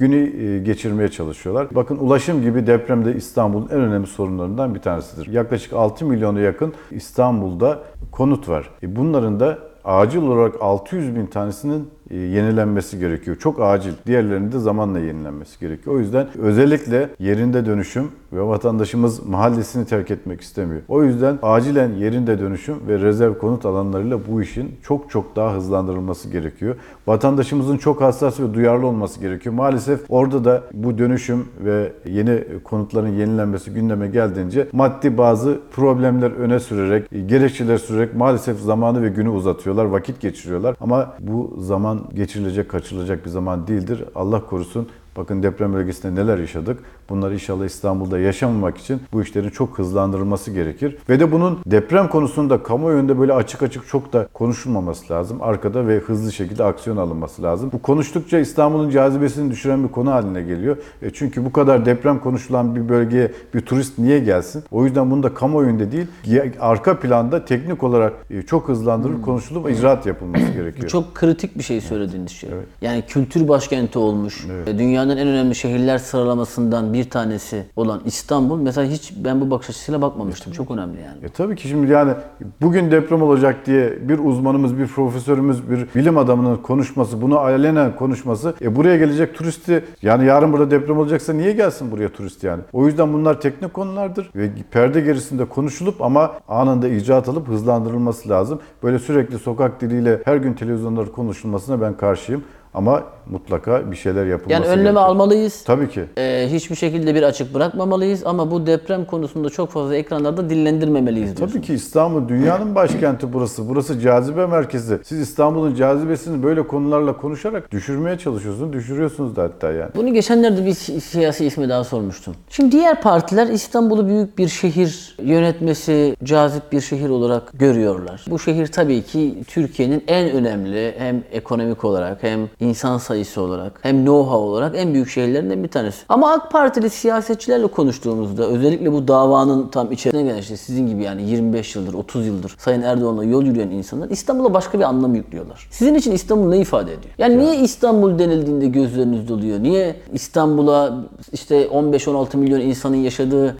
günü geçirmeye çalışıyorlar. Bakın ulaşım gibi depremde İstanbul'un en önemli sorunlarından bir tanesidir. Yaklaşık 6 milyona yakın İstanbul'da konut var. Bunların da acil olarak 600 bin tanesinin yenilenmesi gerekiyor. Çok acil. Diğerlerinin de zamanla yenilenmesi gerekiyor. O yüzden özellikle yerinde dönüşüm ve vatandaşımız mahallesini terk etmek istemiyor. O yüzden acilen yerinde dönüşüm ve rezerv konut alanlarıyla bu işin çok çok daha hızlandırılması gerekiyor. Vatandaşımızın çok hassas ve duyarlı olması gerekiyor. Maalesef orada da bu dönüşüm ve yeni konutların yenilenmesi gündeme geldiğince maddi bazı problemler öne sürerek, gerekçeler sürerek maalesef zamanı ve günü uzatıyorlar, vakit geçiriyorlar. Ama bu zaman geçirilecek, kaçırılacak bir zaman değildir. Allah korusun. Bakın deprem bölgesinde neler yaşadık. Bunları inşallah İstanbul'da yaşamamak için bu işlerin çok hızlandırılması gerekir. Ve de bunun deprem konusunda kamuoyunda böyle açık açık çok da konuşulmaması lazım. Arkada ve hızlı şekilde aksiyon alınması lazım. Bu konuştukça İstanbul'un cazibesini düşüren bir konu haline geliyor. Çünkü bu kadar deprem konuşulan bir bölgeye bir turist niye gelsin? O yüzden bunu da kamuoyunda değil, arka planda teknik olarak çok hızlandırılıp konuşulup icraat yapılması gerekiyor. Çok kritik bir şey söylediğiniz şey. Evet. Yani kültür başkenti olmuş. Evet. Dünyanın en önemli şehirler sıralamasından bir tanesi olan İstanbul. Mesela hiç ben bu bakış açısıyla bakmamıştım. Çok önemli yani. Tabii ki şimdi yani bugün deprem olacak diye bir uzmanımız, bir profesörümüz, bir bilim adamının konuşması, bunu alenen konuşması, buraya gelecek turisti, yani yarın burada deprem olacaksa niye gelsin buraya turist yani? O yüzden bunlar teknik konulardır ve perde gerisinde konuşulup ama anında icraat alıp hızlandırılması lazım. Böyle sürekli sokak diliyle her gün televizyonlarda konuşulmasına ben karşıyım. Ama mutlaka bir şeyler yapılması Yani önleme gerekiyor. almalıyız. Tabii ki. Hiçbir şekilde bir açık bırakmamalıyız ama bu deprem konusunda çok fazla ekranlarda dillendirmemeliyiz diyorsunuz. Tabii ki İstanbul dünyanın başkenti burası. Burası cazibe merkezi. Siz İstanbul'un cazibesini böyle konularla konuşarak düşürmeye çalışıyorsunuz. Düşürüyorsunuz da hatta yani. Bunu geçenlerde bir siyasi isme daha sormuştum. Şimdi diğer partiler İstanbul'u büyük bir şehir, yönetmesi cazip bir şehir olarak görüyorlar. Bu şehir tabii ki Türkiye'nin en önemli hem ekonomik olarak hem insan sayısı olarak hem know-how olarak en büyük şehirlerinden bir tanesi. Ama AK Partili siyasetçilerle konuştuğumuzda özellikle bu davanın tam içerisine gelen işte sizin gibi yani 25 yıldır 30 yıldır Sayın Erdoğan'la yol yürüyen insanlar İstanbul'a başka bir anlam yüklüyorlar. Sizin için İstanbul ne ifade ediyor? Yani niye İstanbul denildiğinde gözleriniz doluyor? Niye İstanbul'a işte 15-16 milyon insanın yaşadığı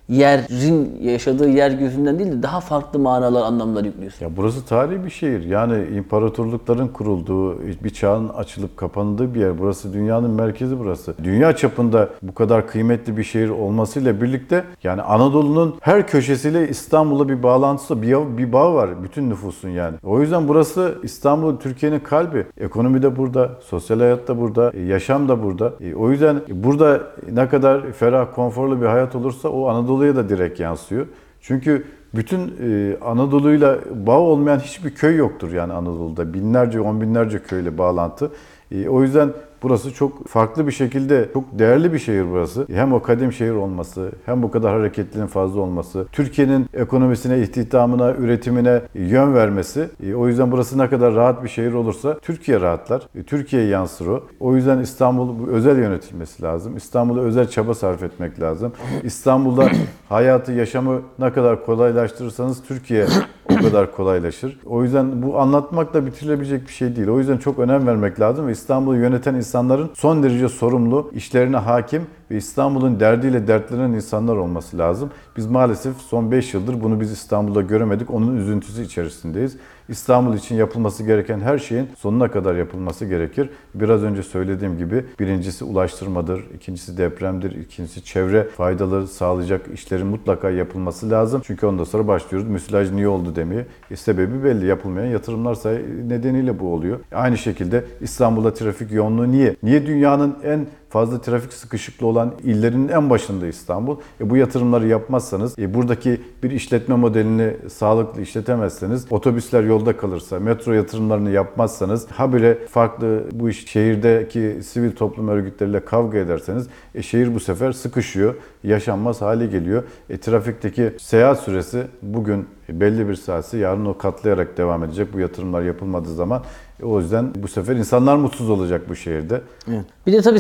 yer gözünden değil de daha farklı manalar, anlamlar yüklüyorsunuz? Ya burası tarihi bir şehir. Yani imparatorlukların kurulduğu, bir çağın açılıp kapandığı bir yer. Burası dünyanın merkezi burası. Dünya çapında bu kadar kıymetli bir şehir olmasıyla birlikte yani Anadolu'nun her köşesiyle İstanbul'la bir bağlantısı, bir bağ var bütün nüfusun yani. O yüzden burası İstanbul Türkiye'nin kalbi. Ekonomi de burada, sosyal hayat da burada, yaşam da burada. O yüzden burada ne kadar ferah, konforlu bir hayat olursa o Anadolu'ya da direkt yansıyor. Çünkü bütün Anadolu'yla bağ olmayan hiçbir köy yoktur yani Anadolu'da. Binlerce, on binlerce köyle bağlantı. O yüzden burası çok farklı bir şekilde çok değerli bir şehir burası. Hem o kadim şehir olması, hem bu kadar hareketliliğin fazla olması, Türkiye'nin ekonomisine, istihdamına, üretimine yön vermesi. O yüzden burası ne kadar rahat bir şehir olursa Türkiye rahatlar. Türkiye'ye yansır o. O yüzden İstanbul özel yönetilmesi lazım. İstanbul'a özel çaba sarf etmek lazım. İstanbul'da hayatı, yaşamı ne kadar kolaylaştırırsanız Türkiye o kadar kolaylaşır. O yüzden bu anlatmakla bitirilebilecek bir şey değil. O yüzden çok önem vermek lazım ve İstanbul'u yöneten insanların son derece sorumlu, işlerine hakim ve İstanbul'un derdiyle dertlenen insanlar olması lazım. Biz maalesef son 5 yıldır bunu biz İstanbul'da göremedik. Onun üzüntüsü içerisindeyiz. İstanbul için yapılması gereken her şeyin sonuna kadar yapılması gerekir. Biraz önce söylediğim gibi birincisi ulaştırmadır, ikincisi depremdir, ikincisi çevre faydaları sağlayacak işlerin mutlaka yapılması lazım. Çünkü ondan sonra başlıyoruz müsilaj niye oldu demeye. Sebebi belli, yapılmayan yatırımlar nedeniyle bu oluyor. Aynı şekilde İstanbul'da trafik yoğunluğu niye? Niye dünyanın en fazla trafik sıkışıklığı olan illerinin en başında İstanbul? Bu yatırımları yapmazsanız, buradaki bir işletme modelini sağlıklı işletemezseniz, otobüsler yolda kalırsa, metro yatırımlarını yapmazsanız, habire farklı bu iş şehirdeki sivil toplum örgütleriyle kavga ederseniz, şehir bu sefer sıkışıyor, yaşanmaz hale geliyor. Trafikteki seyahat süresi bugün belli bir saatse yarın o katlayarak devam edecek bu yatırımlar yapılmadığı zaman. O yüzden bu sefer insanlar mutsuz olacak bu şehirde. Evet. Bir de tabii siyasetin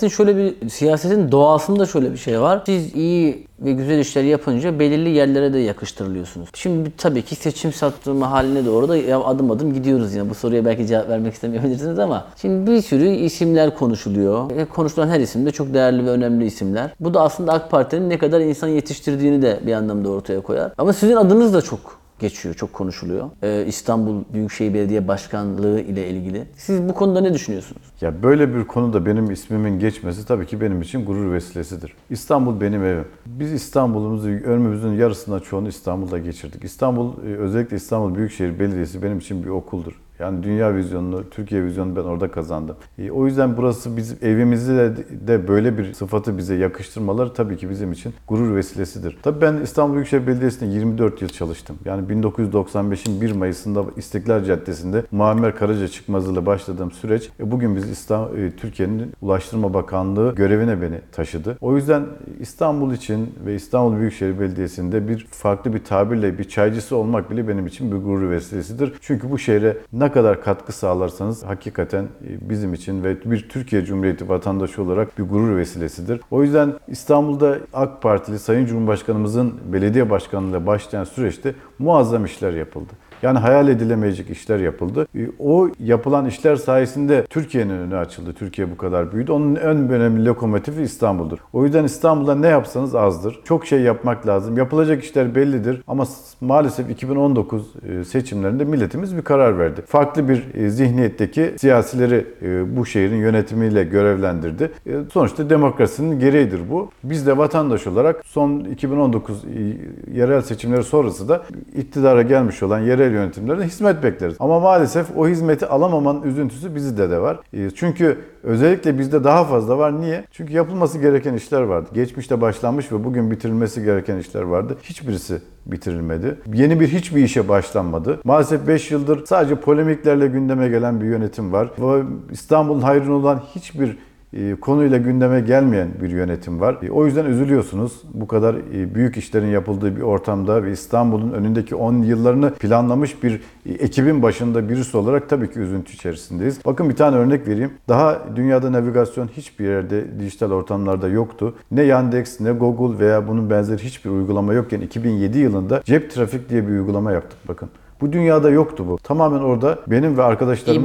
siyasetin doğasında şöyle bir şey var. Siz iyi ve güzel işler yapınca belirli yerlere de yakıştırılıyorsunuz. Şimdi tabii ki seçim sattırma haline doğru da adım adım gidiyoruz yine. Bu soruya belki cevap vermek istemeyebilirsiniz ama şimdi bir sürü isimler konuşuluyor. Konuşulan her isim de çok değerli ve önemli isimler. Bu da aslında AK Parti'nin ne kadar insan yetiştirdiğini de bir anlamda ortaya koyar. Ama sizin adınız da çok geçiyor, çok konuşuluyor. İstanbul Büyükşehir Belediye Başkanlığı ile ilgili. Siz bu konuda ne düşünüyorsunuz? Ya böyle bir konuda benim ismimin geçmesi tabii ki benim için gurur vesilesidir. İstanbul benim evim. Biz İstanbul'umuzu, ömrümüzün yarısından çoğunu İstanbul'da geçirdik. Özellikle İstanbul Büyükşehir Belediyesi benim için bir okuldur. Yani dünya vizyonunu, Türkiye vizyonunu ben orada kazandım. O yüzden burası bizim evimizde de böyle bir sıfatı bize yakıştırmaları tabii ki bizim için gurur vesilesidir. Tabii ben İstanbul Büyükşehir Belediyesi'nde 24 yıl çalıştım. Yani 1995'in 1 Mayıs'ında İstiklal Caddesi'nde Muammer Karaca çıkmazıyla başladığım süreç bugün biz Türkiye'nin Ulaştırma Bakanlığı görevine beni taşıdı. O yüzden İstanbul için ve İstanbul Büyükşehir Belediyesi'nde farklı bir tabirle bir çaycısı olmak bile benim için bir gurur vesilesidir. Çünkü bu şehre ne kadar katkı sağlarsanız hakikaten bizim için ve bir Türkiye Cumhuriyeti vatandaşı olarak bir gurur vesilesidir. O yüzden İstanbul'da AK Partili Sayın Cumhurbaşkanımızın belediye başkanlığıyla başlayan süreçte muazzam işler yapıldı. Yani hayal edilemeyecek işler yapıldı. O yapılan işler sayesinde Türkiye'nin önü açıldı. Türkiye bu kadar büyüdü. Onun en önemli lokomotifi İstanbul'dur. O yüzden İstanbul'da ne yapsanız azdır. Çok şey yapmak lazım. Yapılacak işler bellidir. Ama maalesef 2019 seçimlerinde milletimiz bir karar verdi. Farklı bir zihniyetteki siyasileri bu şehrin yönetimiyle görevlendirdi. Sonuçta demokrasinin gereğidir bu. Biz de vatandaş olarak son 2019 yerel seçimleri sonrası da iktidara gelmiş olan yerel yönetimlerine hizmet bekleriz. Ama maalesef o hizmeti alamamanın üzüntüsü bizde de var. Çünkü özellikle bizde daha fazla var. Niye? Çünkü yapılması gereken işler vardı. Geçmişte başlanmış ve bugün bitirilmesi gereken işler vardı. Hiçbirisi bitirilmedi. Hiçbir işe başlanmadı. Maalesef 5 yıldır sadece polemiklerle gündeme gelen bir yönetim var. İstanbul'un hayrına olan hiçbir konuyla gündeme gelmeyen bir yönetim var. O yüzden üzülüyorsunuz. Bu kadar büyük işlerin yapıldığı bir ortamda ve İstanbul'un önündeki 10 yıllarını planlamış bir ekibin başında birisi olarak tabii ki üzüntü içerisindeyiz. Bakın bir tane örnek vereyim. Daha dünyada navigasyon hiçbir yerde dijital ortamlarda yoktu. Ne Yandex, ne Google veya bunun benzeri hiçbir uygulama yokken 2007 yılında Cep Trafik diye bir uygulama yaptık bakın. Bu dünyada yoktu bu. Tamamen orada benim ve arkadaşlarımın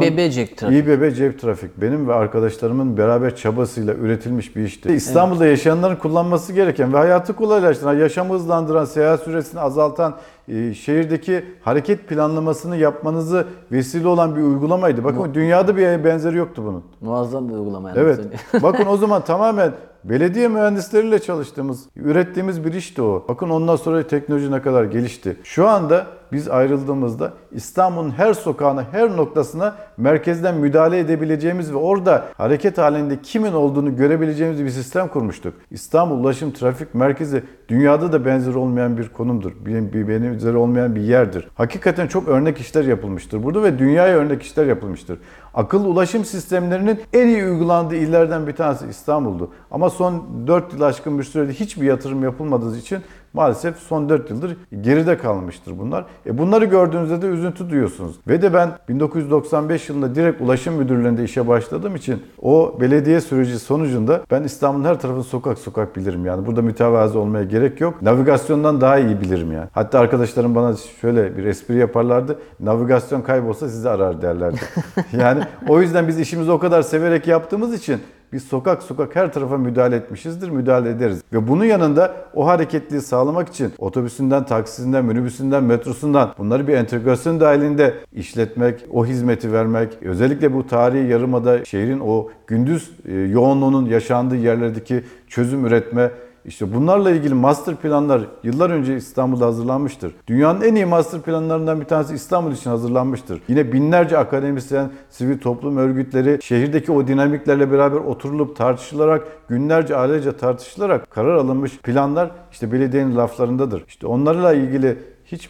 İBB Cep Trafik benim ve arkadaşlarımın beraber çabasıyla üretilmiş bir işti. İstanbul'da yaşayanların kullanması gereken ve hayatı kolaylaştıran, yaşamı hızlandıran, seyahat süresini azaltan, şehirdeki hareket planlamasını yapmanızı vesile olan bir uygulamaydı. Bakın dünyada bir benzeri yoktu bunun. Muazzam bir uygulama. Evet. Bakın o zaman tamamen belediye mühendisleriyle çalıştığımız, ürettiğimiz bir işti o. Bakın ondan sonra teknoloji ne kadar gelişti. Şu anda biz ayrıldığımızda İstanbul'un her sokağına, her noktasına merkezden müdahale edebileceğimiz ve orada hareket halinde kimin olduğunu görebileceğimiz bir sistem kurmuştuk. İstanbul Ulaşım Trafik Merkezi dünyada da benzeri olmayan bir konumdur. Benzeri olmayan bir yerdir. Hakikaten çok örnek işler yapılmıştır burada ve dünyaya örnek işler yapılmıştır. Akıllı ulaşım sistemlerinin en iyi uygulandığı illerden bir tanesi İstanbul'du. Ama son 4 yıl aşkın bir sürede hiçbir yatırım yapılmadığı için maalesef son 4 yıldır geride kalmıştır bunlar. Bunları gördüğünüzde de üzüntü duyuyorsunuz. Ve de ben 1995 yılında direkt ulaşım müdürlüğünde işe başladığım için o belediye süreci sonucunda ben İstanbul'un her tarafını sokak sokak bilirim yani. Burada mütevazı olmaya gerek yok. Navigasyondan daha iyi bilirim yani. Hatta arkadaşlarım bana şöyle bir espri yaparlardı. Navigasyon kaybolsa sizi arar derlerdi. Yani o yüzden biz işimizi o kadar severek yaptığımız için biz sokak sokak her tarafa müdahale etmişizdir, müdahale ederiz. Ve bunun yanında o hareketliği sağlamak için otobüsünden, taksisinden, minibüsünden, metrosundan bunları bir entegrasyon dahilinde işletmek, o hizmeti vermek, özellikle bu tarihi yarımada şehrin o gündüz yoğunluğunun yaşandığı yerlerdeki çözüm üretme, İşte bunlarla ilgili master planlar yıllar önce İstanbul'da hazırlanmıştır. Dünyanın en iyi master planlarından bir tanesi İstanbul için hazırlanmıştır. Yine binlerce akademisyen, sivil toplum örgütleri, şehirdeki o dinamiklerle beraber oturulup tartışılarak, günlerce ailece tartışılarak karar alınmış planlar işte belediyenin laflarındadır. İşte onlarla ilgili hiçbir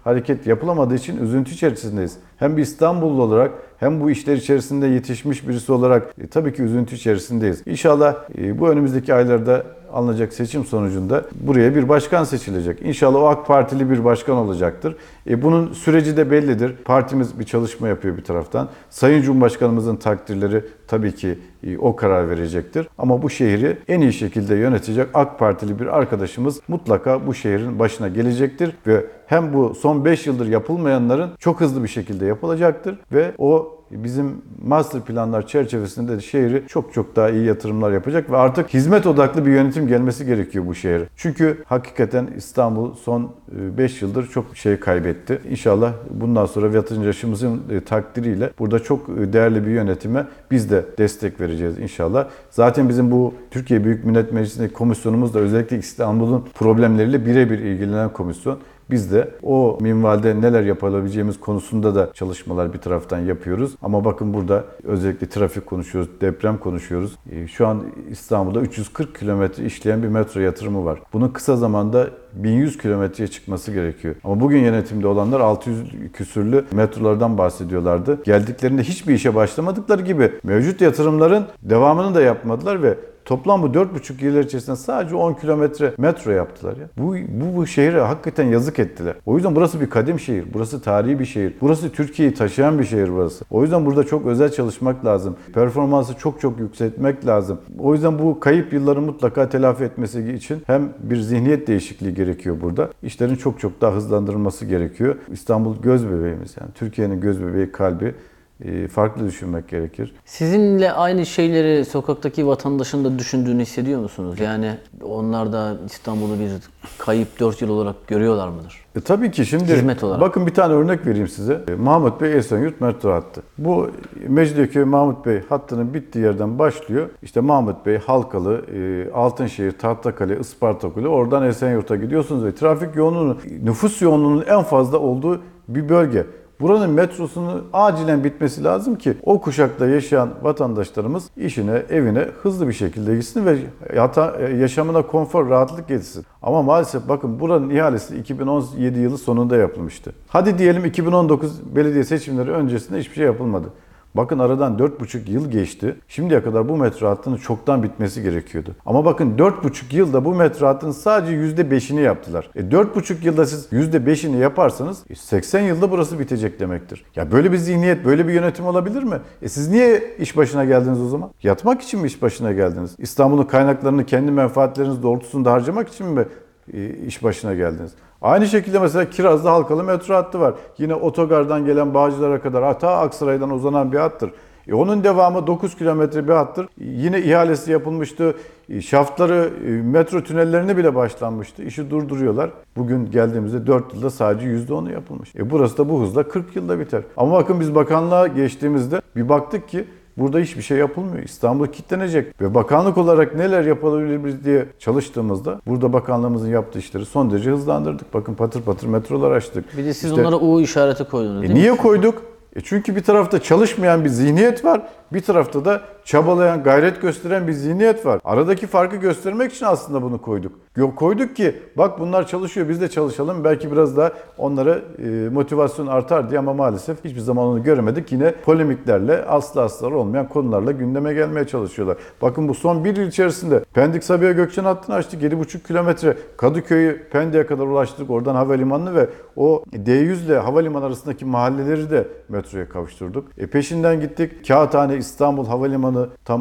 hareket yapılamadığı için üzüntü içerisindeyiz. Hem bir İstanbullu olarak hem bu işler içerisinde yetişmiş birisi olarak tabii ki üzüntü içerisindeyiz. İnşallah bu önümüzdeki aylarda alınacak seçim sonucunda buraya bir başkan seçilecek. İnşallah o AK Partili bir başkan olacaktır. Bunun süreci de bellidir. Partimiz bir çalışma yapıyor bir taraftan. Sayın Cumhurbaşkanımızın takdirleri tabii ki o karar verecektir. Ama bu şehri en iyi şekilde yönetecek AK Partili bir arkadaşımız mutlaka bu şehrin başına gelecektir ve hem bu son 5 yıldır yapılmayanların çok hızlı bir şekilde yapılacaktır ve o bizim master planlar çerçevesinde de şehri çok daha iyi yatırımlar yapacak ve artık hizmet odaklı bir yönetim gelmesi gerekiyor bu şehre. Çünkü hakikaten İstanbul son 5 yıldır çok şey kaybetti. İnşallah bundan sonra vatandaşımızın takdiriyle burada çok değerli bir yönetime biz de destek vereceğiz inşallah. Zaten bizim bu Türkiye Büyük Millet Meclisi'ndeki komisyonumuz da özellikle İstanbul'un problemleriyle birebir ilgilenen komisyon. Biz de o minvalde neler yapılabileceğimiz konusunda da çalışmalar bir taraftan yapıyoruz. Ama bakın burada özellikle trafik konuşuyoruz, deprem konuşuyoruz. Şu an İstanbul'da 340 kilometre işleyen bir metro yatırımı var. Bunun kısa zamanda 1100 kilometreye çıkması gerekiyor. Ama bugün yönetimde olanlar 600 küsürlü metrolardan bahsediyorlardı. Geldiklerinde hiçbir işe başlamadıkları gibi mevcut yatırımların devamını da yapmadılar ve toplam bu 4,5 yıllar içerisinde sadece 10 kilometre metro yaptılar ya. Bu şehre hakikaten yazık ettiler. O yüzden burası bir kadim şehir. Burası tarihi bir şehir. Burası Türkiye'yi taşıyan bir şehir burası. O yüzden burada çok özel çalışmak lazım. Performansı çok yükseltmek lazım. O yüzden bu kayıp yılları mutlaka telafi etmesi için hem bir zihniyet değişikliği gerekiyor burada. İşlerin çok daha hızlandırılması gerekiyor. İstanbul göz bebeğimiz yani. Türkiye'nin göz bebeği, kalbi. Farklı düşünmek gerekir. Sizinle aynı şeyleri sokaktaki vatandaşın da düşündüğünü hissediyor musunuz? Yani onlar da İstanbul'u bir kayıp 4 yıl olarak görüyorlar mıdır? Tabii ki şimdi Hizmet olarak. Bakın bir tane örnek vereyim size. Mahmut Bey Esenyurt metro hattı. Bu Mecidiyeköy Mahmut Bey hattının bittiği yerden başlıyor. İşte Mahmut Bey, Halkalı, Altınşehir, Tahtakale, Ispartakule oradan Esenyurt'a gidiyorsunuz ve trafik yoğunluğunun, nüfus yoğunluğunun en fazla olduğu bir bölge. Buranın metrosunun acilen bitmesi lazım ki o kuşakta yaşayan vatandaşlarımız işine, evine hızlı bir şekilde gitsin ve yaşamına konfor, rahatlık getirsin. Ama maalesef bakın buranın ihalesi 2017 yılı sonunda yapılmıştı. Hadi diyelim 2019 belediye seçimleri öncesinde hiçbir şey yapılmadı. Bakın aradan 4,5 yıl geçti. Şimdiye kadar bu metro hattının çoktan bitmesi gerekiyordu. Ama bakın 4,5 yılda bu metro hattının sadece %5'ini yaptılar. 4,5 yılda siz %5'ini yaparsanız 80 yılda burası bitecek demektir. Ya böyle bir zihniyet, böyle bir yönetim olabilir mi? Siz niye iş başına geldiniz o zaman? Yatmak için mi iş başına geldiniz? İstanbul'un kaynaklarını kendi menfaatleriniz doğrultusunda harcamak için mi iş başına geldiniz? Aynı şekilde mesela Kiraz'da Halkalı metro hattı var. Yine otogardan gelen Bağcılar'a kadar hatta Aksaray'dan uzanan bir hattır. Onun devamı 9 kilometre bir hattır. Yine ihalesi yapılmıştı. Şaftları, metro tünellerine bile başlanmıştı. İşi durduruyorlar. Bugün geldiğimizde 4 yılda sadece %10'u yapılmış. Burası da bu hızla 40 yılda biter. Ama bakın biz bakanlığa geçtiğimizde bir baktık ki burada hiçbir şey yapılmıyor. İstanbul kilitlenecek ve bakanlık olarak neler yapabiliriz diye çalıştığımızda burada bakanlığımızın yaptığı işleri son derece hızlandırdık. Bakın patır patır metrolar açtık. Bir de siz onlara U işareti koydunuz değil mi? Niye koyduk? Çünkü bir tarafta çalışmayan bir zihniyet var, bir tarafta da çabalayan, gayret gösteren bir zihniyet var. Aradaki farkı göstermek için aslında bunu koyduk. Koyduk ki bak bunlar çalışıyor, biz de çalışalım. Belki biraz daha onlara motivasyon artar diye ama maalesef hiçbir zaman onu göremedik. Yine polemiklerle, aslı astarı olmayan konularla gündeme gelmeye çalışıyorlar. Bakın bu son bir yıl içerisinde Pendik Sabiha Gökçen hattını açtık. 7,5 kilometre Kadıköy'ü Pendik'e kadar ulaştırdık. Oradan havalimanını ve o D100 ile havalimanı arasındaki mahalleleri de metroya kavuşturduk. Peşinden gittik. Kağıthane İstanbul Havalimanı tam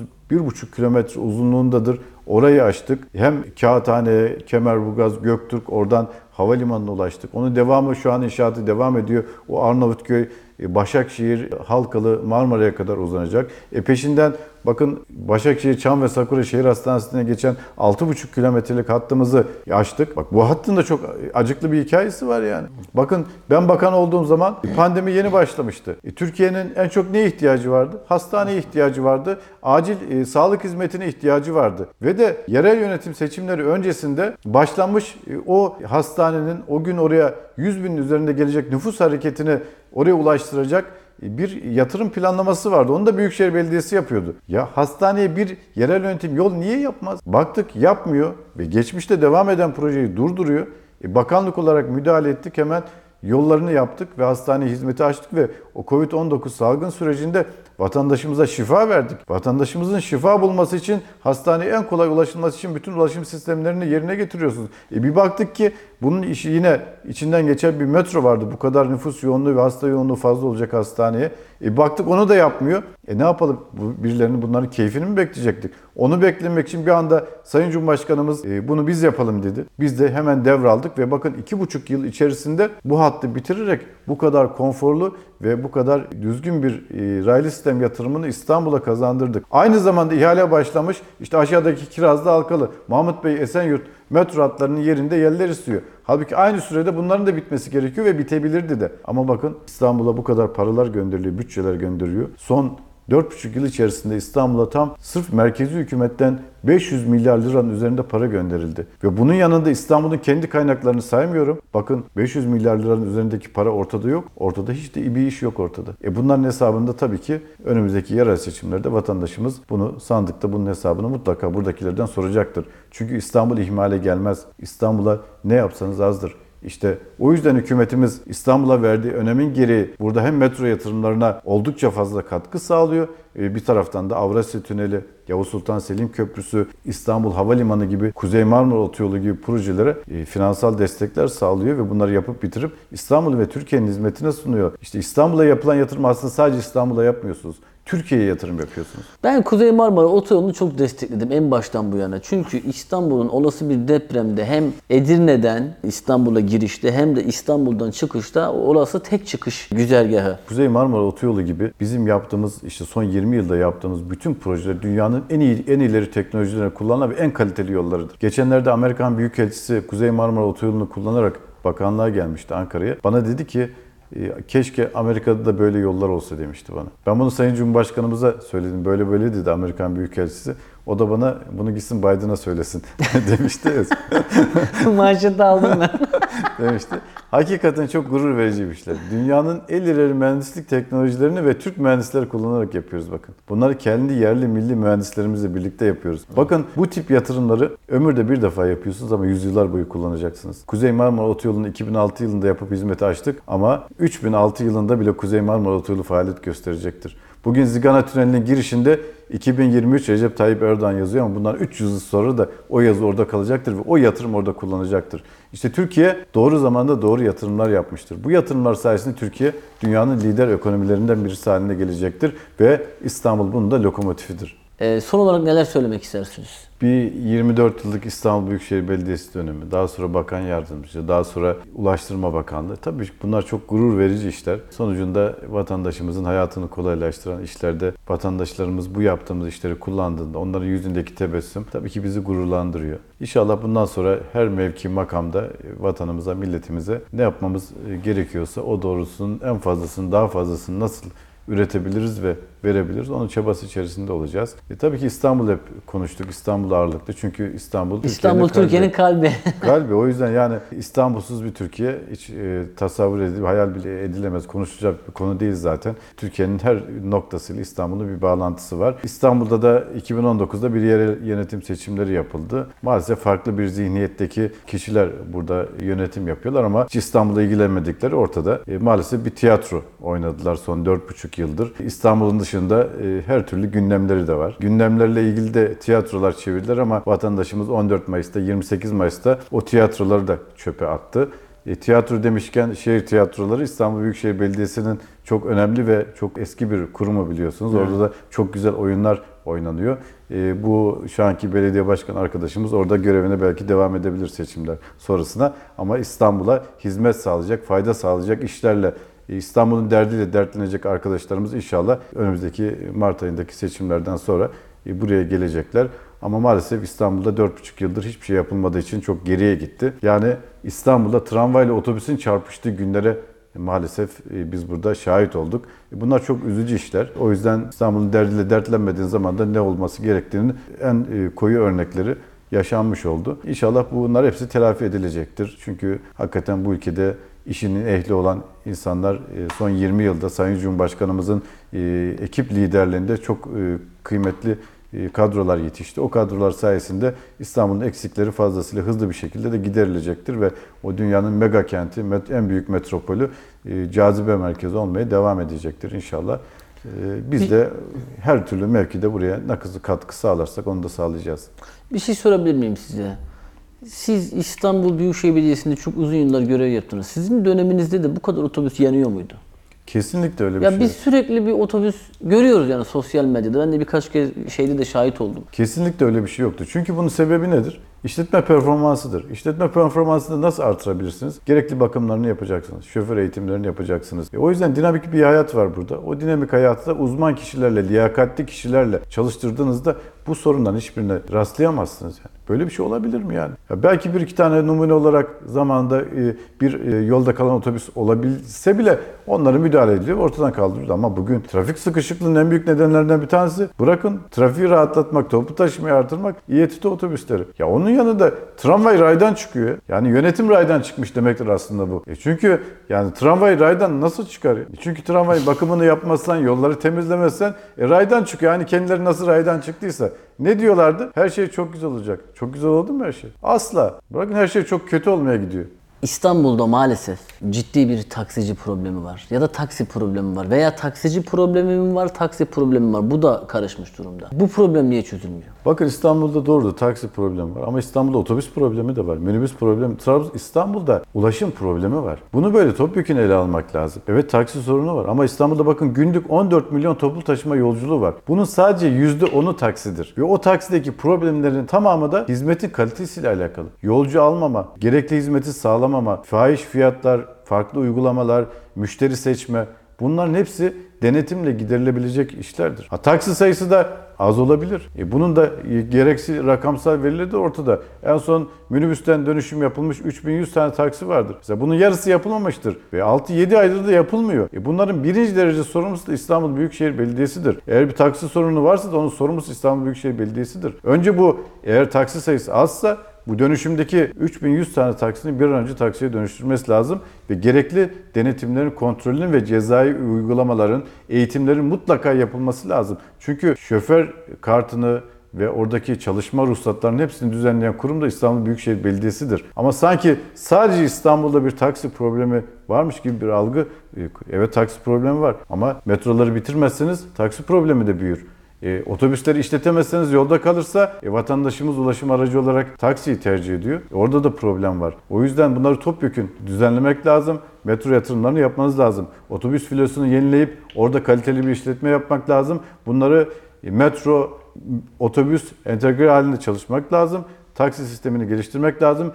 31,5 kilometre uzunluğundadır. Orayı açtık. Hem Kağıthane, Kemerburgaz, Göktürk oradan havalimanına ulaştık. Onun devamı şu an inşaatı devam ediyor. O Arnavutköy, Başakşehir, Halkalı, Marmara'ya kadar uzanacak. Peşinden bakın Başakşehir, Çam ve Sakura Şehir Hastanesi'ne geçen 6,5 kilometrelik hattımızı açtık. Bak bu hattın da çok acıklı bir hikayesi var yani. Bakın ben bakan olduğum zaman pandemi yeni başlamıştı. Türkiye'nin en çok neye ihtiyacı vardı? Hastaneye ihtiyacı vardı. Acil sağlık hizmetine ihtiyacı vardı. Ve de yerel yönetim seçimleri öncesinde başlanmış o hastanenin o gün oraya 100 binin üzerinde gelecek nüfus hareketini oraya ulaştıracak bir yatırım planlaması vardı. Onu da Büyükşehir Belediyesi yapıyordu. Ya hastaneye bir yerel yönetim yol niye yapmaz? Baktık yapmıyor ve geçmişte devam eden projeyi durduruyor. Bakanlık olarak müdahale ettik hemen. yollarını yaptık ve hastane hizmeti açtık ve o Covid-19 salgın sürecinde vatandaşımıza şifa verdik. Vatandaşımızın şifa bulması için hastaneye en kolay ulaşılması için bütün ulaşım sistemlerini yerine getiriyorsunuz. Bir baktık ki bunun işi yine içinden geçen bir metro vardı. Bu kadar nüfus yoğunluğu ve hasta yoğunluğu fazla olacak hastaneye. Baktık onu da yapmıyor. Ne yapalım? Birilerinin bunların keyfini mi bekleyecektik? Onu beklemek için bir anda Sayın Cumhurbaşkanımız bunu biz yapalım dedi. Biz de hemen devraldık ve bakın 2,5 yıl içerisinde bu hattı bitirerek bu kadar konforlu ve bu kadar düzgün bir raylı sistem yatırımını İstanbul'a kazandırdık. Aynı zamanda ihale başlamış. İşte aşağıdaki Kirazlı Halkalı, Mahmut Bey, Esenyurt metro hatlarının yerinde yerler istiyor. Halbuki aynı sürede bunların da bitmesi gerekiyor ve bitebilirdi de. Ama bakın İstanbul'a bu kadar paralar gönderiliyor, bütçeler gönderiyor. Son 4,5 yıl içerisinde İstanbul'a tam sırf merkezi hükümetten 500 milyar liranın üzerinde para gönderildi. Ve bunun yanında İstanbul'un kendi kaynaklarını saymıyorum. Bakın 500 milyar liranın üzerindeki para ortada yok. Ortada hiç de bir iş yok ortada. Bunların hesabında tabii ki önümüzdeki yerel seçimlerde vatandaşımız bunu sandıkta bunun hesabını mutlaka buradakilerden soracaktır. Çünkü İstanbul ihmale gelmez. İstanbul'a ne yapsanız azdır. İşte o yüzden hükümetimiz İstanbul'a verdiği önemin gereği burada hem metro yatırımlarına oldukça fazla katkı sağlıyor. Bir taraftan da Avrasya Tüneli, Yavuz Sultan Selim Köprüsü, İstanbul Havalimanı gibi, Kuzey Marmara Otoyolu gibi projelere finansal destekler sağlıyor ve bunları yapıp bitirip İstanbul ve Türkiye'nin hizmetine sunuyor. İşte İstanbul'a yapılan yatırım aslında sadece İstanbul'a yapmıyorsunuz. Türkiye'ye yatırım yapıyorsunuz. Ben Kuzey Marmara Otoyolu'nu çok destekledim en baştan bu yana. Çünkü İstanbul'un olası bir depremde hem Edirne'den İstanbul'a girişte hem de İstanbul'dan çıkışta olası tek çıkış güzergahı. Kuzey Marmara Otoyolu gibi bizim yaptığımız işte son 20 yılda yaptığımız bütün projeler dünyanın en ileri teknolojilerini kullanan ve en kaliteli yollarıdır. Geçenlerde Amerikan Büyükelçisi Kuzey Marmara Otoyolu'nu kullanarak bakanlığa gelmişti Ankara'ya. Bana dedi ki keşke Amerika'da da böyle yollar olsa demişti bana. Ben bunu Sayın Cumhurbaşkanımıza söyledim. Böyle böyle dedi Amerikan Büyükelçisi. O da bana bunu gitsin Biden'a söylesin demişti. Maaşı da aldım ben. Demişti. Hakikaten çok gurur verici bir işler. Dünyanın en ileri mühendislik teknolojilerini ve Türk mühendisleri kullanarak yapıyoruz bakın. Bunları kendi yerli milli mühendislerimizle birlikte yapıyoruz. Bakın bu tip yatırımları ömürde bir defa yapıyorsunuz ama yüzyıllar boyu kullanacaksınız. Kuzey Marmara Otoyolu'nu 2006 yılında yapıp hizmete açtık ama 3006 yılında bile Kuzey Marmara Otoyolu faaliyet gösterecektir. Bugün Zigana Tüneli'nin girişinde 2023 Recep Tayyip Erdoğan yazıyor ama bundan 300 yıl sonra da o yazı orada kalacaktır ve o yatırım orada kullanacaktır. İşte Türkiye doğru zamanda doğru yatırımlar yapmıştır. Bu yatırımlar sayesinde Türkiye dünyanın lider ekonomilerinden birisi haline gelecektir ve İstanbul bunun da lokomotifidir. Son olarak neler söylemek istersiniz? Bir 24 yıllık İstanbul Büyükşehir Belediyesi dönemi, daha sonra bakan yardımcısı, daha sonra Ulaştırma Bakanlığı. Tabii bunlar çok gurur verici işler. Sonucunda vatandaşımızın hayatını kolaylaştıran işlerde vatandaşlarımız bu yaptığımız işleri kullandığında onların yüzündeki tebessüm tabii ki bizi gururlandırıyor. İnşallah bundan sonra her mevki makamda vatanımıza, milletimize ne yapmamız gerekiyorsa o doğrusunun en fazlasını, daha fazlasını nasıl üretebiliriz ve verebiliriz. Onun çabası içerisinde olacağız. Tabii ki İstanbul hep konuştuk. İstanbul ağırlıklı. Çünkü İstanbul Türkiye'nin kalbi. Kalbi. O yüzden yani İstanbulsuz bir Türkiye hiç tasavvur edilip hayal bile edilemez. Konuşulacak bir konu değil zaten. Türkiye'nin her noktasıyla İstanbul'un bir bağlantısı var. İstanbul'da da 2019'da bir yerel yönetim seçimleri yapıldı. Maalesef farklı bir zihniyetteki kişiler burada yönetim yapıyorlar ama hiç İstanbul'la ilgilenmedikleri ortada. Maalesef bir tiyatro oynadılar son 4,5 yıldır. İstanbul'un dışında her türlü gündemleri de var. Gündemlerle ilgili de tiyatrolar çevirdiler ama vatandaşımız 14 Mayıs'ta, 28 Mayıs'ta o tiyatroları da çöpe attı. Tiyatro demişken şehir tiyatroları İstanbul Büyükşehir Belediyesi'nin çok önemli ve çok eski bir kurumu biliyorsunuz. Evet. Orada da çok güzel oyunlar oynanıyor. Bu şu anki belediye başkanı arkadaşımız orada görevine belki devam edebilir seçimler sonrasına. Ama İstanbul'a hizmet sağlayacak, fayda sağlayacak işlerle İstanbul'un derdiyle dertlenecek arkadaşlarımız inşallah önümüzdeki Mart ayındaki seçimlerden sonra buraya gelecekler. Ama maalesef İstanbul'da 4,5 yıldır hiçbir şey yapılmadığı için çok geriye gitti. Yani İstanbul'da tramvayla otobüsün çarpıştığı günlere maalesef biz burada şahit olduk. Bunlar çok üzücü işler. O yüzden İstanbul'un derdiyle dertlenmediğin zaman da ne olması gerektiğinin en koyu örnekleri yaşanmış oldu. İnşallah bunlar hepsi telafi edilecektir. Çünkü hakikaten bu ülkede işinin ehli olan insanlar son 20 yılda Sayın Cumhurbaşkanımızın ekip liderliğinde çok kıymetli kadrolar yetişti. O kadrolar sayesinde İstanbul'un eksikleri fazlasıyla hızlı bir şekilde de giderilecektir ve o dünyanın mega kenti, en büyük metropolü, cazibe merkezi olmaya devam edecektir inşallah. Biz de her türlü mevkide buraya ne kadar katkı sağlarsak onu da sağlayacağız. Bir şey sorabilir miyim size? Siz İstanbul Büyükşehir Belediyesi'nde çok uzun yıllar görev yaptınız. Sizin döneminizde de bu kadar otobüs yanıyor muydu? Kesinlikle öyle bir Ya şey. biz sürekli bir otobüs görüyoruz yani sosyal medyada. Ben de birkaç kez şeyde de şahit oldum. Kesinlikle öyle bir şey yoktu. Çünkü bunun sebebi nedir? İşletme performansıdır. İşletme performansını nasıl artırabilirsiniz? Gerekli bakımlarını yapacaksınız. Şoför eğitimlerini yapacaksınız. O yüzden dinamik bir hayat var burada. O dinamik hayatı da uzman kişilerle, liyakatli kişilerle çalıştırdığınızda bu sorundan hiçbirine rastlayamazsınız yani. Böyle bir şey olabilir mi yani? Ya belki bir iki tane numune olarak zamanında bir yolda kalan otobüs olabilse bile onları müdahale ediliyor, ortadan kaldırılıyor. Ama bugün trafik sıkışıklığının en büyük nedenlerinden bir tanesi, bırakın trafiği rahatlatmak, toplu taşımayı artırmak, İETT otobüsleri. Ya onun yanında tramvay raydan çıkıyor. Yani yönetim raydan çıkmış demektir aslında bu. Çünkü yani tramvay raydan nasıl çıkar? Çünkü tramvayın bakımını yapmazsan, yolları temizlemezsen raydan çıkıyor. Yani kendileri nasıl raydan çıktıysa. Ne diyorlardı? Her şey çok güzel olacak. Çok güzel oldu mu her şey? Asla. Bırakın her şey çok kötü olmaya gidiyor. İstanbul'da maalesef ciddi bir taksici problemi var. Ya da taksi problemi var. Veya taksici problemi mi var, taksi problemi mi var. Bu da karışmış durumda. Bu problem niye çözülmüyor? Bakın İstanbul'da doğru taksi problemi var ama İstanbul'da otobüs problemi de var. Minibüs problemi. İstanbul'da ulaşım problemi var. Bunu böyle topyekun ele almak lazım. Evet taksi sorunu var ama İstanbul'da bakın günlük 14 milyon toplu taşıma yolculuğu var. Bunun sadece %10'u taksidir. Ve o taksideki problemlerin tamamı da hizmetin kalitesiyle alakalı. Yolcu almama, gerekli hizmeti sağlamama, fahiş fiyatlar, farklı uygulamalar, müşteri seçme, bunların hepsi denetimle giderilebilecek işlerdir. Taksi sayısı da az olabilir. Bunun da gereksiz rakamsal verileri de ortada. En son minibüsten dönüşüm yapılmış 3100 tane taksi vardır. Mesela bunun yarısı yapılmamıştır ve 6-7 aydır da yapılmıyor. Bunların birinci derece sorumlusu da İstanbul Büyükşehir Belediyesi'dir. Eğer bir taksi sorunu varsa da onun sorumlusu İstanbul Büyükşehir Belediyesi'dir. Önce bu eğer taksi sayısı azsa bu dönüşümdeki 3100 tane taksinin bir an önce taksiye dönüştürmesi lazım ve gerekli denetimlerin, kontrolünün ve cezai uygulamaların, eğitimlerin mutlaka yapılması lazım. Çünkü şoför kartını ve oradaki çalışma ruhsatlarının hepsini düzenleyen kurum da İstanbul Büyükşehir Belediyesi'dir. Ama sanki sadece İstanbul'da bir taksi problemi varmış gibi bir algı, evet taksi problemi var ama metroları bitirmezseniz taksi problemi de büyür. Otobüsleri işletemezseniz yolda kalırsa vatandaşımız ulaşım aracı olarak taksiyi tercih ediyor. Orada da problem var. O yüzden bunları topyekün düzenlemek lazım. Metro yatırımlarını yapmanız lazım. Otobüs filosunu yenileyip orada kaliteli bir işletme yapmak lazım. Bunları metro, otobüs entegre halinde çalışmak lazım. Taksi sistemini geliştirmek lazım.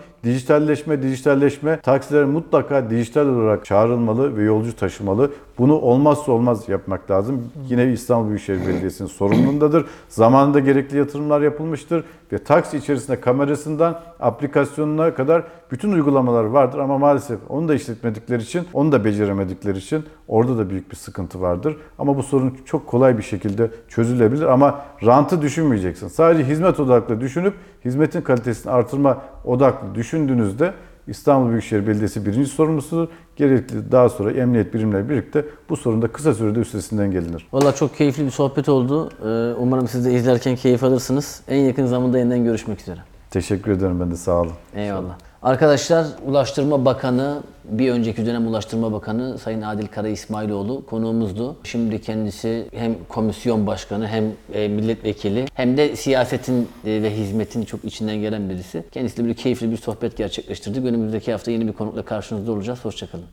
Dijitalleşme, taksiler mutlaka dijital olarak çağrılmalı ve yolcu taşımalı. Bunu olmazsa olmaz yapmak lazım. Yine İstanbul Büyükşehir Belediyesi'nin sorumluluğundadır. Zamanında gerekli yatırımlar yapılmıştır ve taksi içerisinde kamerasından aplikasyonuna kadar bütün uygulamalar vardır ama maalesef onu da işletmedikleri için, onu da beceremedikleri için orada da büyük bir sıkıntı vardır. Ama bu sorun çok kolay bir şekilde çözülebilir ama rantı düşünmeyeceksin. Sadece hizmet odaklı düşünüp hizmetin kalitesini artırma odaklı düşündüğünüzde İstanbul Büyükşehir Belediyesi birinci sorumlusudur. Gerekli daha sonra emniyet birimleri birlikte bu sorunda kısa sürede üstesinden gelinir. Valla çok keyifli bir sohbet oldu. Umarım siz de izlerken keyif alırsınız. En yakın zamanda yeniden görüşmek üzere. Teşekkür ederim ben de sağ olun. Eyvallah. Arkadaşlar Ulaştırma Bakanı, bir önceki dönem Ulaştırma Bakanı Sayın Adil Kara İsmailoğlu konuğumuzdu. Şimdi kendisi hem komisyon başkanı hem milletvekili hem de siyasetin ve hizmetin çok içinden gelen birisi. Kendisiyle bir keyifli bir sohbet gerçekleştirdik. Önümüzdeki hafta yeni bir konukla karşınızda olacağız. Hoşçakalın.